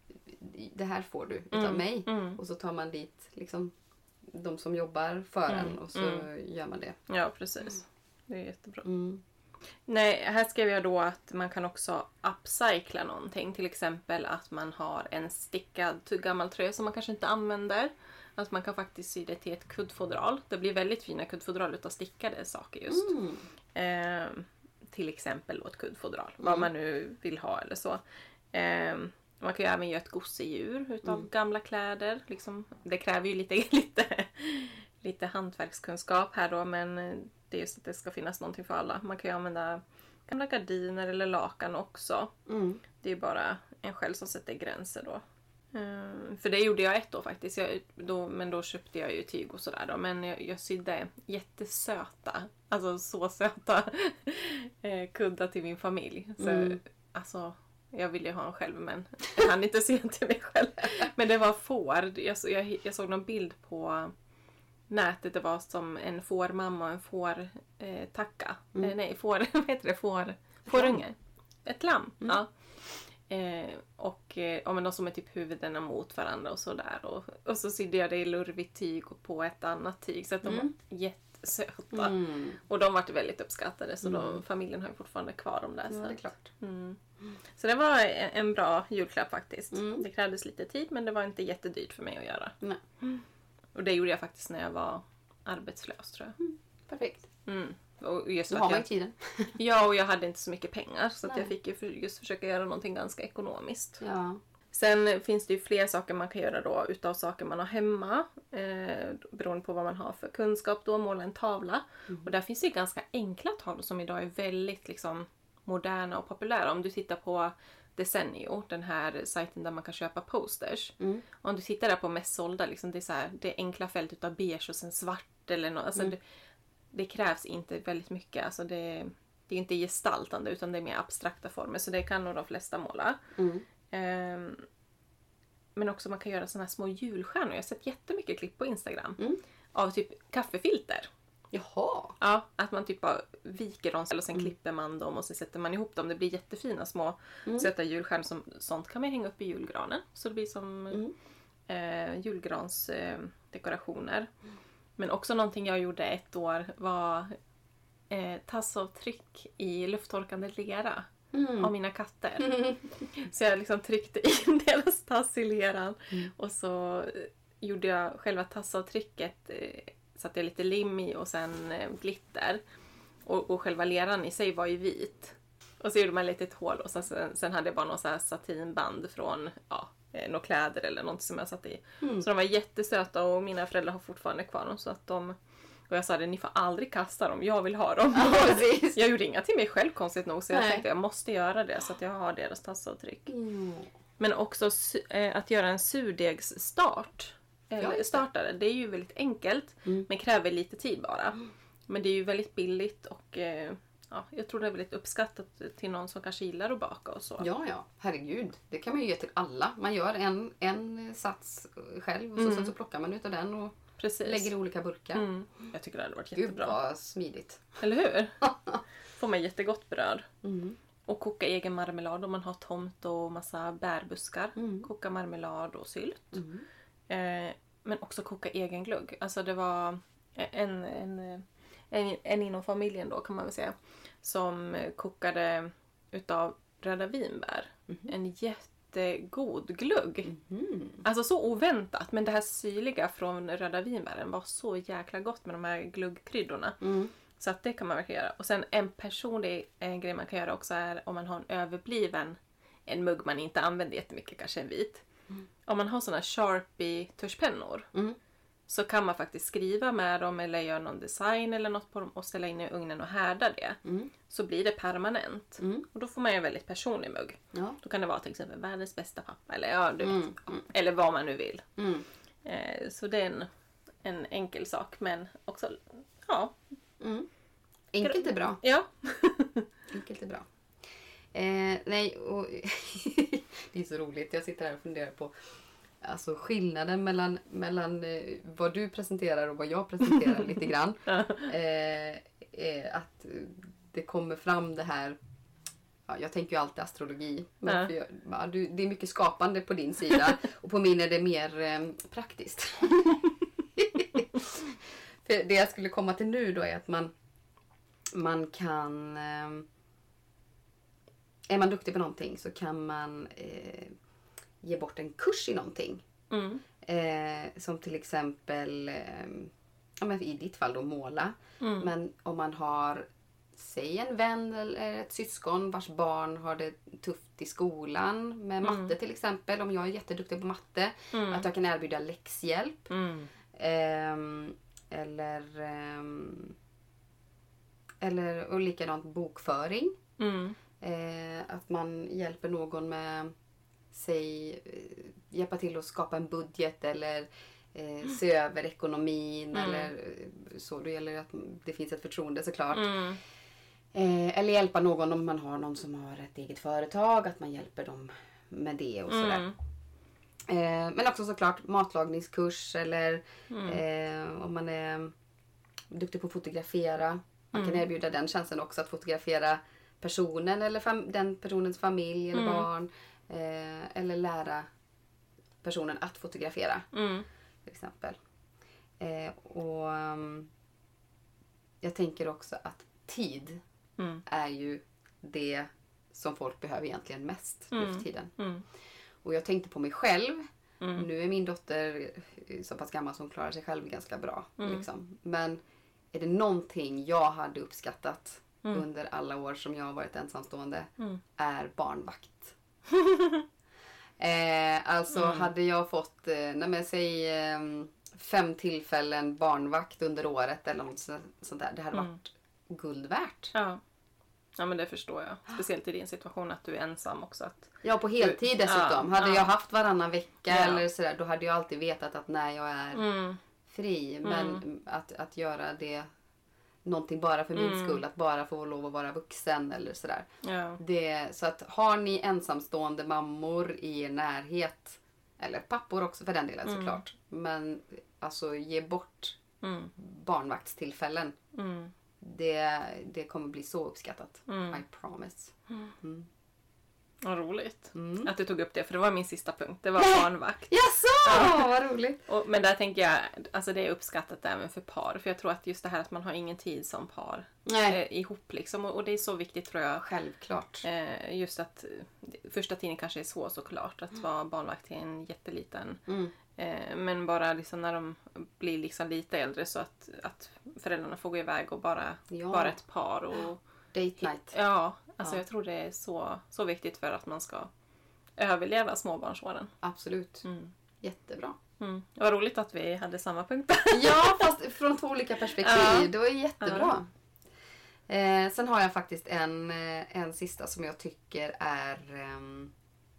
det här får du utav Mm, mig. mm. Och så tar man dit liksom de som jobbar för Mm, en och så mm. gör man det. Ja precis. Det är jättebra. Mm. Nej, här skrev jag då att man kan också upcycla någonting. Till exempel att man har en stickad gammal tröja som man kanske inte använder. Att man kan faktiskt sy det till ett kuddfodral. Det blir väldigt fina kuddfodral utav stickade saker just. Mm. Eh, till exempel då ett kuddfodral. Vad man nu vill ha eller så. Eh, man kan ju även göra ett gosedjur utav Mm. gamla kläder. Liksom. Det kräver ju lite, lite, lite hantverkskunskap här då. Men det är just att det ska finnas någonting för alla. Man kan ju använda gamla gardiner eller lakan också. Mm. Det är bara en själv som sätter gränser då. Um, för det gjorde jag ett år faktiskt. Jag, då, men då köpte jag ju tyg och sådär då. Men jag, jag sydde jättesöta, alltså så söta eh, kuddar till min familj. Så Mm. alltså, jag ville ju ha en själv men jag hann inte se till mig själv. Men det var får. Jag, så- jag, jag såg någon bild på nätet. Det var som en fårmamma och en får eh, tacka. Mm. Eh, nej, får, vad heter det? Får, fårunge. Ett lamm. Mm. Ja. Eh, och eh, ja, men de som är typ huvudena mot varandra och sådär. Och, och så sydde jag det i lurvigt tyg och på ett annat tyg. Så att de Mm. var jättesöta. Mm. Och de var väldigt uppskattade. Så Mm. de, familjen har ju fortfarande kvar dem där. Ja, så det är att- klart. Mm. Så det var en, en bra julklapp faktiskt. Mm. Det krävdes lite tid men det var inte jättedyrt för mig att göra. Nej. Och det gjorde jag faktiskt när jag var arbetslös tror jag. Perfekt. Mm. Och just Då för har att man ju jag, tiden. ja, och jag hade inte så mycket pengar. Så att Nej. jag fick ju för, just försöka göra någonting ganska ekonomiskt. Ja. Sen finns det ju fler saker man kan göra då utav saker man har hemma. Eh, beroende på vad man har för kunskap då. Måla en tavla. Mm. Och där finns det ju ganska enkla tavlor som idag är väldigt liksom moderna och populära. Om du tittar på Desenio, den här sajten där man kan köpa posters. Mm. Om du tittar där på mest sålda, liksom, det är så här, det är enkla fält utav beige och sen svart eller något. Alltså Mm. det, det krävs inte väldigt mycket. Alltså det, det är inte gestaltande utan det är mer abstrakta former. Så det kan nog de flesta måla. Mm. Ehm, men också man kan göra såna här små julstjärnor. Jag har sett jättemycket klipp på Instagram. Mm. Av typ kaffefilter. Jaha. Ja, att man typ bara viker dem och sen Mm. klipper man dem och så sätter man ihop dem. Det blir jättefina små Mm. söta julstjärnor. Som, sånt kan man hänga upp i julgranen. Så det blir som Mm. eh, julgransdekorationer. Eh, dekorationer. Men också någonting jag gjorde ett år var eh, tassavtryck i lufttorkande lera Mm. av mina katter. Så jag liksom tryckte in deras tass i leran Mm. och så eh, gjorde jag själva tassavtrycket, eh, satte jag lite lim i och sen eh, glitter. Och, och själva leran i sig var ju vit. Och så gjorde man lite ett hål och så, sen, sen hade jag bara någon så här satinband från ja, eh, några kläder eller något som jag satte i. Mm. Så de var jättesöta och mina föräldrar har fortfarande kvar dem. Så att de, och jag sa det, ni får aldrig kasta dem, jag vill ha dem. Ja, precis. Jag gjorde inga till mig själv konstigt nog så jag Nej. tänkte jag måste göra det så att jag har deras tassavtryck. Mm. Men också su- eh, att göra en surdegsstart. Ja, Eller just det. startare. Det är ju väldigt enkelt Mm. men kräver lite tid bara. Men det är ju väldigt billigt och eh, ja, jag tror det är väldigt uppskattat till någon som kanske gillar att baka och så. Ja, ja. Herregud. Det kan man ju ge till alla. Man gör en, en sats själv och så, Mm. sen så plockar man utav den och precis. Lägger i olika burkar. Mm. Jag tycker det hade varit Gud, jättebra. Gud vad smidigt. Eller hur? Får man jättegott bröd. Mm. Och koka egen marmelad om man har tomt och massa bärbuskar. Mm. Koka marmelad och sylt. Mm. Eh, men också koka egen glugg. Alltså det var en, en, en, en inom familjen då kan man väl säga. Som kokade utav röda vinbär. Mm. En jättegod glugg. Mm. Alltså så oväntat. Men det här syrliga från röda vinbären var så jäkla gott med de här gluggkryddorna. Mm. Så att det kan man verkligen göra. Och sen en personlig en grej man kan göra också är om man har en överbliven en mugg man inte använder jättemycket, kanske en vit. Mm. Om man har såna Sharpie tuschpennor Mm. så kan man faktiskt skriva med dem eller göra någon design eller något på dem och ställa in i ugnen och härda det. Mm. Så blir det permanent. Mm. Och då får man ju en väldigt personlig mugg. Ja. Då kan det vara till exempel världens bästa pappa eller, ja, du Mm. vet, ja, eller vad man nu vill. Mm. Eh, så det är en, en enkel sak men också, ja. Mm. Enkelt är bra. Ja. Enkelt är bra. Eh, nej, och det är så roligt. Jag sitter här och funderar på alltså skillnaden mellan, mellan eh, vad du presenterar och vad jag presenterar lite grann. Eh, eh, att det kommer fram det här. Ja, jag tänker ju alltid astrologi. Men Ja. för jag, ja, du, det är mycket skapande på din sida. Och på min är det mer eh, praktiskt. För det jag skulle komma till nu då är att man man kan eh, är man duktig på någonting så kan man eh, ge bort en kurs i någonting. Mm. Eh, som till exempel eh, ja, men i ditt fall då måla. Mm. Men om man har säg en vän eller ett syskon vars barn har det tufft i skolan med matte Mm. till exempel. Om jag är jätteduktig på matte. Mm. Att jag kan erbjuda läxhjälp. Mm. Eh, eller ehm, eller och likadant bokföring. Mm. Eh, att man hjälper någon med säg eh, hjälpa till att skapa en budget eller eh, se över ekonomin Mm. eller eh, så. Då gäller det att det finns ett förtroende såklart. Mm. Eh, eller hjälpa någon om man har någon som har ett eget företag. Att man hjälper dem med det och sådär. Mm. Eh, men också såklart matlagningskurs eller Mm. eh, om man är duktig på att fotografera. Man kan Mm. erbjuda den tjänsten också att fotografera personen eller fam- den personens familj eller Mm. barn. Eh, eller lära personen att fotografera Mm. till exempel. Eh, och um, jag tänker också att tid Mm. är ju det som folk behöver egentligen mest nu Mm. för tiden. Mm. Och jag tänkte på mig själv. Mm. Nu är min dotter så pass gammal som klarar sig själv ganska bra. Mm. Liksom. Men är det någonting jag hade uppskattat Mm. under alla år som jag har varit ensamstående Mm. är barnvakt. eh, alltså Mm. hade jag fått eh, nej men, säg, eh, fem tillfällen barnvakt under året eller något så- sånt där. Det hade Mm. varit guld värt. Ja. Ja, men det förstår jag. Speciellt i din situation att du är ensam också. Att... Ja, på heltid dessutom. Ja, hade ja. jag haft varannan vecka Ja. eller sådär, då hade jag alltid vetat att när jag är Mm. fri. Men Mm. att, att göra det någonting bara för min Mm. skull. Att bara få lov att vara vuxen eller sådär. Ja. Det, så att har ni ensamstående mammor i er närhet. Eller pappor också för den delen Mm. såklart. Men alltså ge bort Mm. barnvaktstillfällen. Mm. Det, det kommer bli så uppskattat. Mm. I promise. Mm. Vad roligt Mm. att du tog upp det. För det var min sista punkt. Det var barnvakt. Jaså, vad roligt. Och, men där tänker jag, alltså det är uppskattat även för par. För jag tror att just det här att man har ingen tid som par Nej, eh, ihop liksom. Och, och det är så viktigt tror jag. självklart. Eh, just att eh, första tiden kanske är så såklart. Att vara barnvakt till en jätteliten. Mm. Eh, men bara liksom när de blir liksom lite äldre så att, att föräldrarna får gå iväg och bara Ja. vara ett par. Och, Date night. ja, alltså Ja. jag tror det är så, så viktigt för att man ska överleva småbarnsåren. Absolut. Mm. Jättebra. Mm. Det var roligt att vi hade samma punkt. Ja, fast från två olika perspektiv. Ja. Det var jättebra. Eh, sen har jag faktiskt en, eh, en sista som jag tycker är... ehm,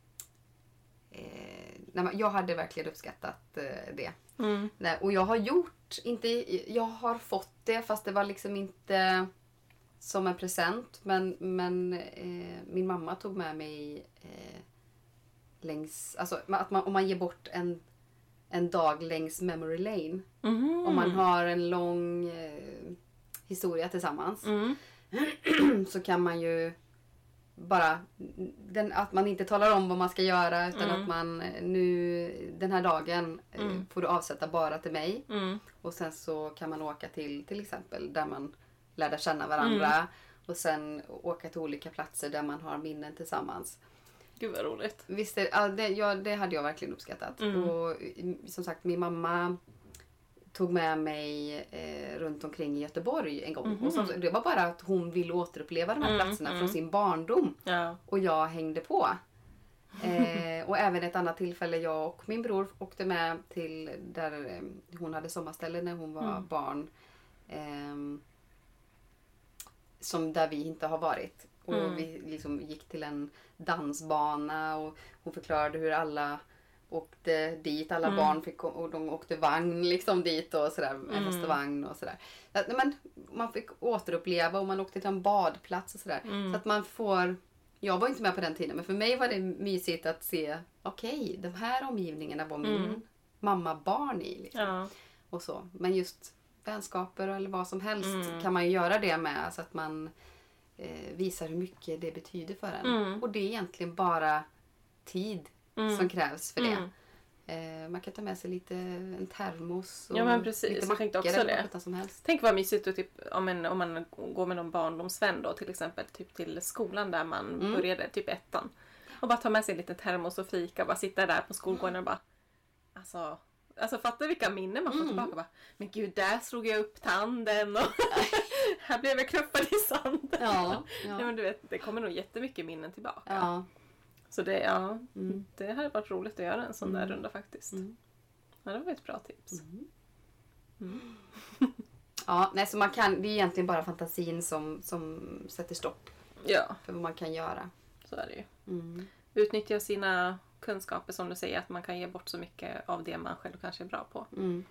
eh, nej, men jag hade verkligen uppskattat eh, det. Mm. Nej, och jag har gjort, inte, jag har fått det fast det var liksom inte som en present. Men, men eh, min mamma tog med mig eh, längs, alltså att man, om man ger bort en en dag längs memory lane. Mm. Om man har en lång eh, historia tillsammans. Mm. Så kan man ju bara, den, att man inte talar om vad man ska göra. Utan Mm. att man nu, den här dagen eh, Mm. får du avsätta bara till mig. Mm. Och sen så kan man åka till till exempel där man lärde känna varandra. Mm. Och sen åka till olika platser där man har minnen tillsammans. Gud vad roligt. Visst är, ja, det, ja, det hade jag verkligen uppskattat. Mm. Och som sagt, min mamma tog med mig eh, runt omkring i Göteborg en gång. Mhm. Och så, det var bara att hon ville återuppleva de här Mm, platserna mm. från sin barndom. Ja. Och jag hängde på. Eh, och även ett annat tillfälle, jag och min bror åkte med till där eh, hon hade sommarställe när hon var Mm. barn. Eh, som där vi inte har varit. Och Mm. vi liksom gick till en dansbana och hon förklarade hur alla åkte dit. Alla Mm. barn fick, och de åkte vagn liksom dit och sådär. En Mm. hästvagn och sådär. Ja, men man fick återuppleva och man åkte till en badplats och sådär. Mm. Så att man får... Jag var inte med på den tiden, men för mig var det mysigt att se, okej, okay, de här omgivningarna var min Mm. mamma barn i. Liksom. Ja. Och så. Men just vänskaper eller vad som helst Mm. kan man ju göra det med så att man eh, visar hur mycket det betyder för en. Mm. Och det är egentligen bara tid Mm. som krävs för det. Mm. Eh, man kan ta med sig lite en termos och Ja, men precis. lite Jag tänkte mackor också eller det. vad utan som helst. Tänk vad mysigt att typ, om, en, om man går med någon barndomsvän då till exempel typ till skolan där man Mm. började, typ ettan. Och bara ta med sig lite termos och fika och bara sitta där på skolgården och bara alltså, alltså fatta vilka minnen man får Mm. tillbaka. Bara, men gud, där slog jag upp tanden och här blev jag knuffad i sanden. Ja, Ja, ja. men du vet, det kommer nog jättemycket minnen tillbaka. ja. Så det, ja, Mm. det hade varit roligt att göra en sån där Mm. runda faktiskt. Mm. Ja, det var ett bra tips. Mm. Mm. Ja, nej, så man kan, det är egentligen bara fantasin som, som sätter stopp Ja, för vad man kan göra. så är det ju. Mm. Utnyttja sina kunskaper som du säger, att man kan ge bort så mycket av det man själv kanske är bra på. Mm.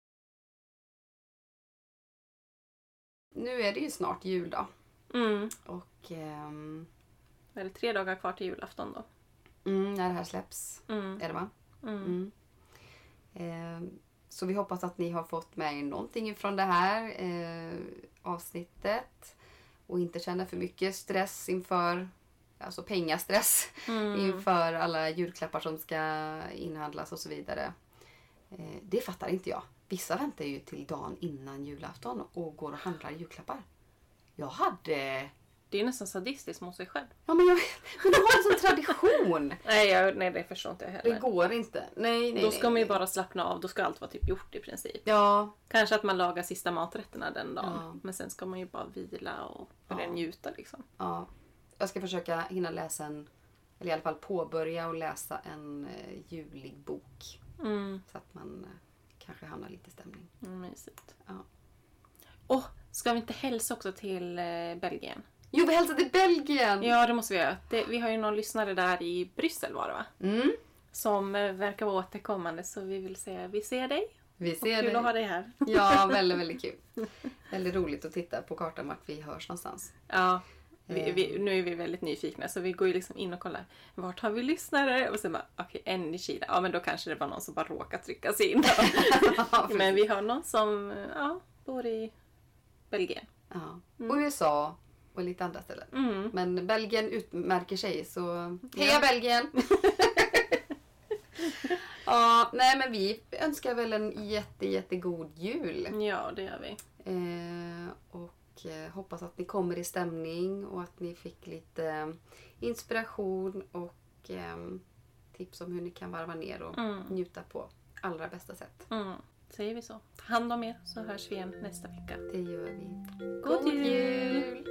Nu är det ju snart jul då. Mm. Och ehm, Är det tre dagar kvar till julafton då? mm, när det här släpps Mm. är det va? Mm. Mm. Ehm, så vi hoppas att ni har fått med er någonting från det här eh, avsnittet. Och inte känna för mycket stress inför, alltså pengastress. Mm. Inför alla julklappar som ska inhandlas och så vidare. Eh, det fattar inte jag. Vissa väntar ju till dagen innan julafton och går och handlar julklappar. Jag hade... Det är nästan sadistiskt mot sig själv. Ja, men jag men du har en sån tradition. Nej, jag, nej, det förstår inte jag heller. Det går inte. Nej, nej, Då ska nej, man ju nej. bara slappna av. Då ska allt vara typ gjort i princip. Ja, Kanske att man lagar sista maträtterna den dagen. Ja. Men sen ska man ju bara vila och börja Ja. njuta liksom. ja. Jag ska försöka hinna läsa en, eller i alla fall påbörja och läsa en eh, julig bok. Mm. Så att man eh, kanske hamnar lite i stämning. Mm, mysigt. Ja. Och ska vi inte hälsa också till eh, Belgien? Jo, vi hälsar till Belgien! Ja, det måste vi göra. Det, vi har ju någon lyssnare där i Bryssel var det va? Mm, Som eh, verkar vara återkommande, så vi vill säga vi ser dig. vi Och ser kul dig. att ha dig här. Ja, väldigt, väldigt kul. Väldigt roligt att titta på kartan vart vi hörs någonstans. Ja, vi, vi, nu är vi väldigt nyfikna så vi går ju liksom in och kollar. Vart har vi lyssnare? Och sen bara, okej, okay, en i Chile. Ja, men då kanske det var någon som bara råkade trycka sig in. Men vi har någon som ja, bor i Belgien. Ja. Mm. Och U S A och lite andra ställen. Mm. Men Belgien utmärker sig, så heja Ja. Belgien! Ja, nej men vi önskar väl en jätte, jättegod jul. Ja, det gör vi. Eh, och eh, hoppas att ni kommer i stämning och att ni fick lite eh, inspiration och eh, tips om hur ni kan varva ner och Mm. njuta på allra bästa sätt. Mm. Säger vi så. Ta hand om er så hörs vi igen nästa vecka. Det gör vi. God jul!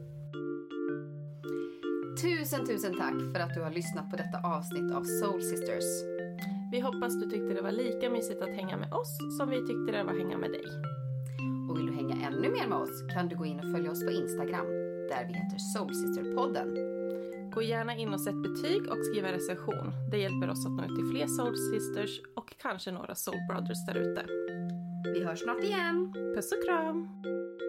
Tusen, tusen tack för att du har lyssnat på detta avsnitt av Soul Sisters. Vi hoppas du tyckte det var lika mysigt att hänga med oss som vi tyckte det var att hänga med dig. Och vill du hänga ännu mer med oss kan du gå in och följa oss på Instagram där vi heter Soul Sister-podden. Gå gärna in och sätt betyg och skriva recension. Det hjälper oss att nå ut till fler Soul Sisters och kanske några Soul Brothers där ute. Vi hörs snart igen. Puss och kram!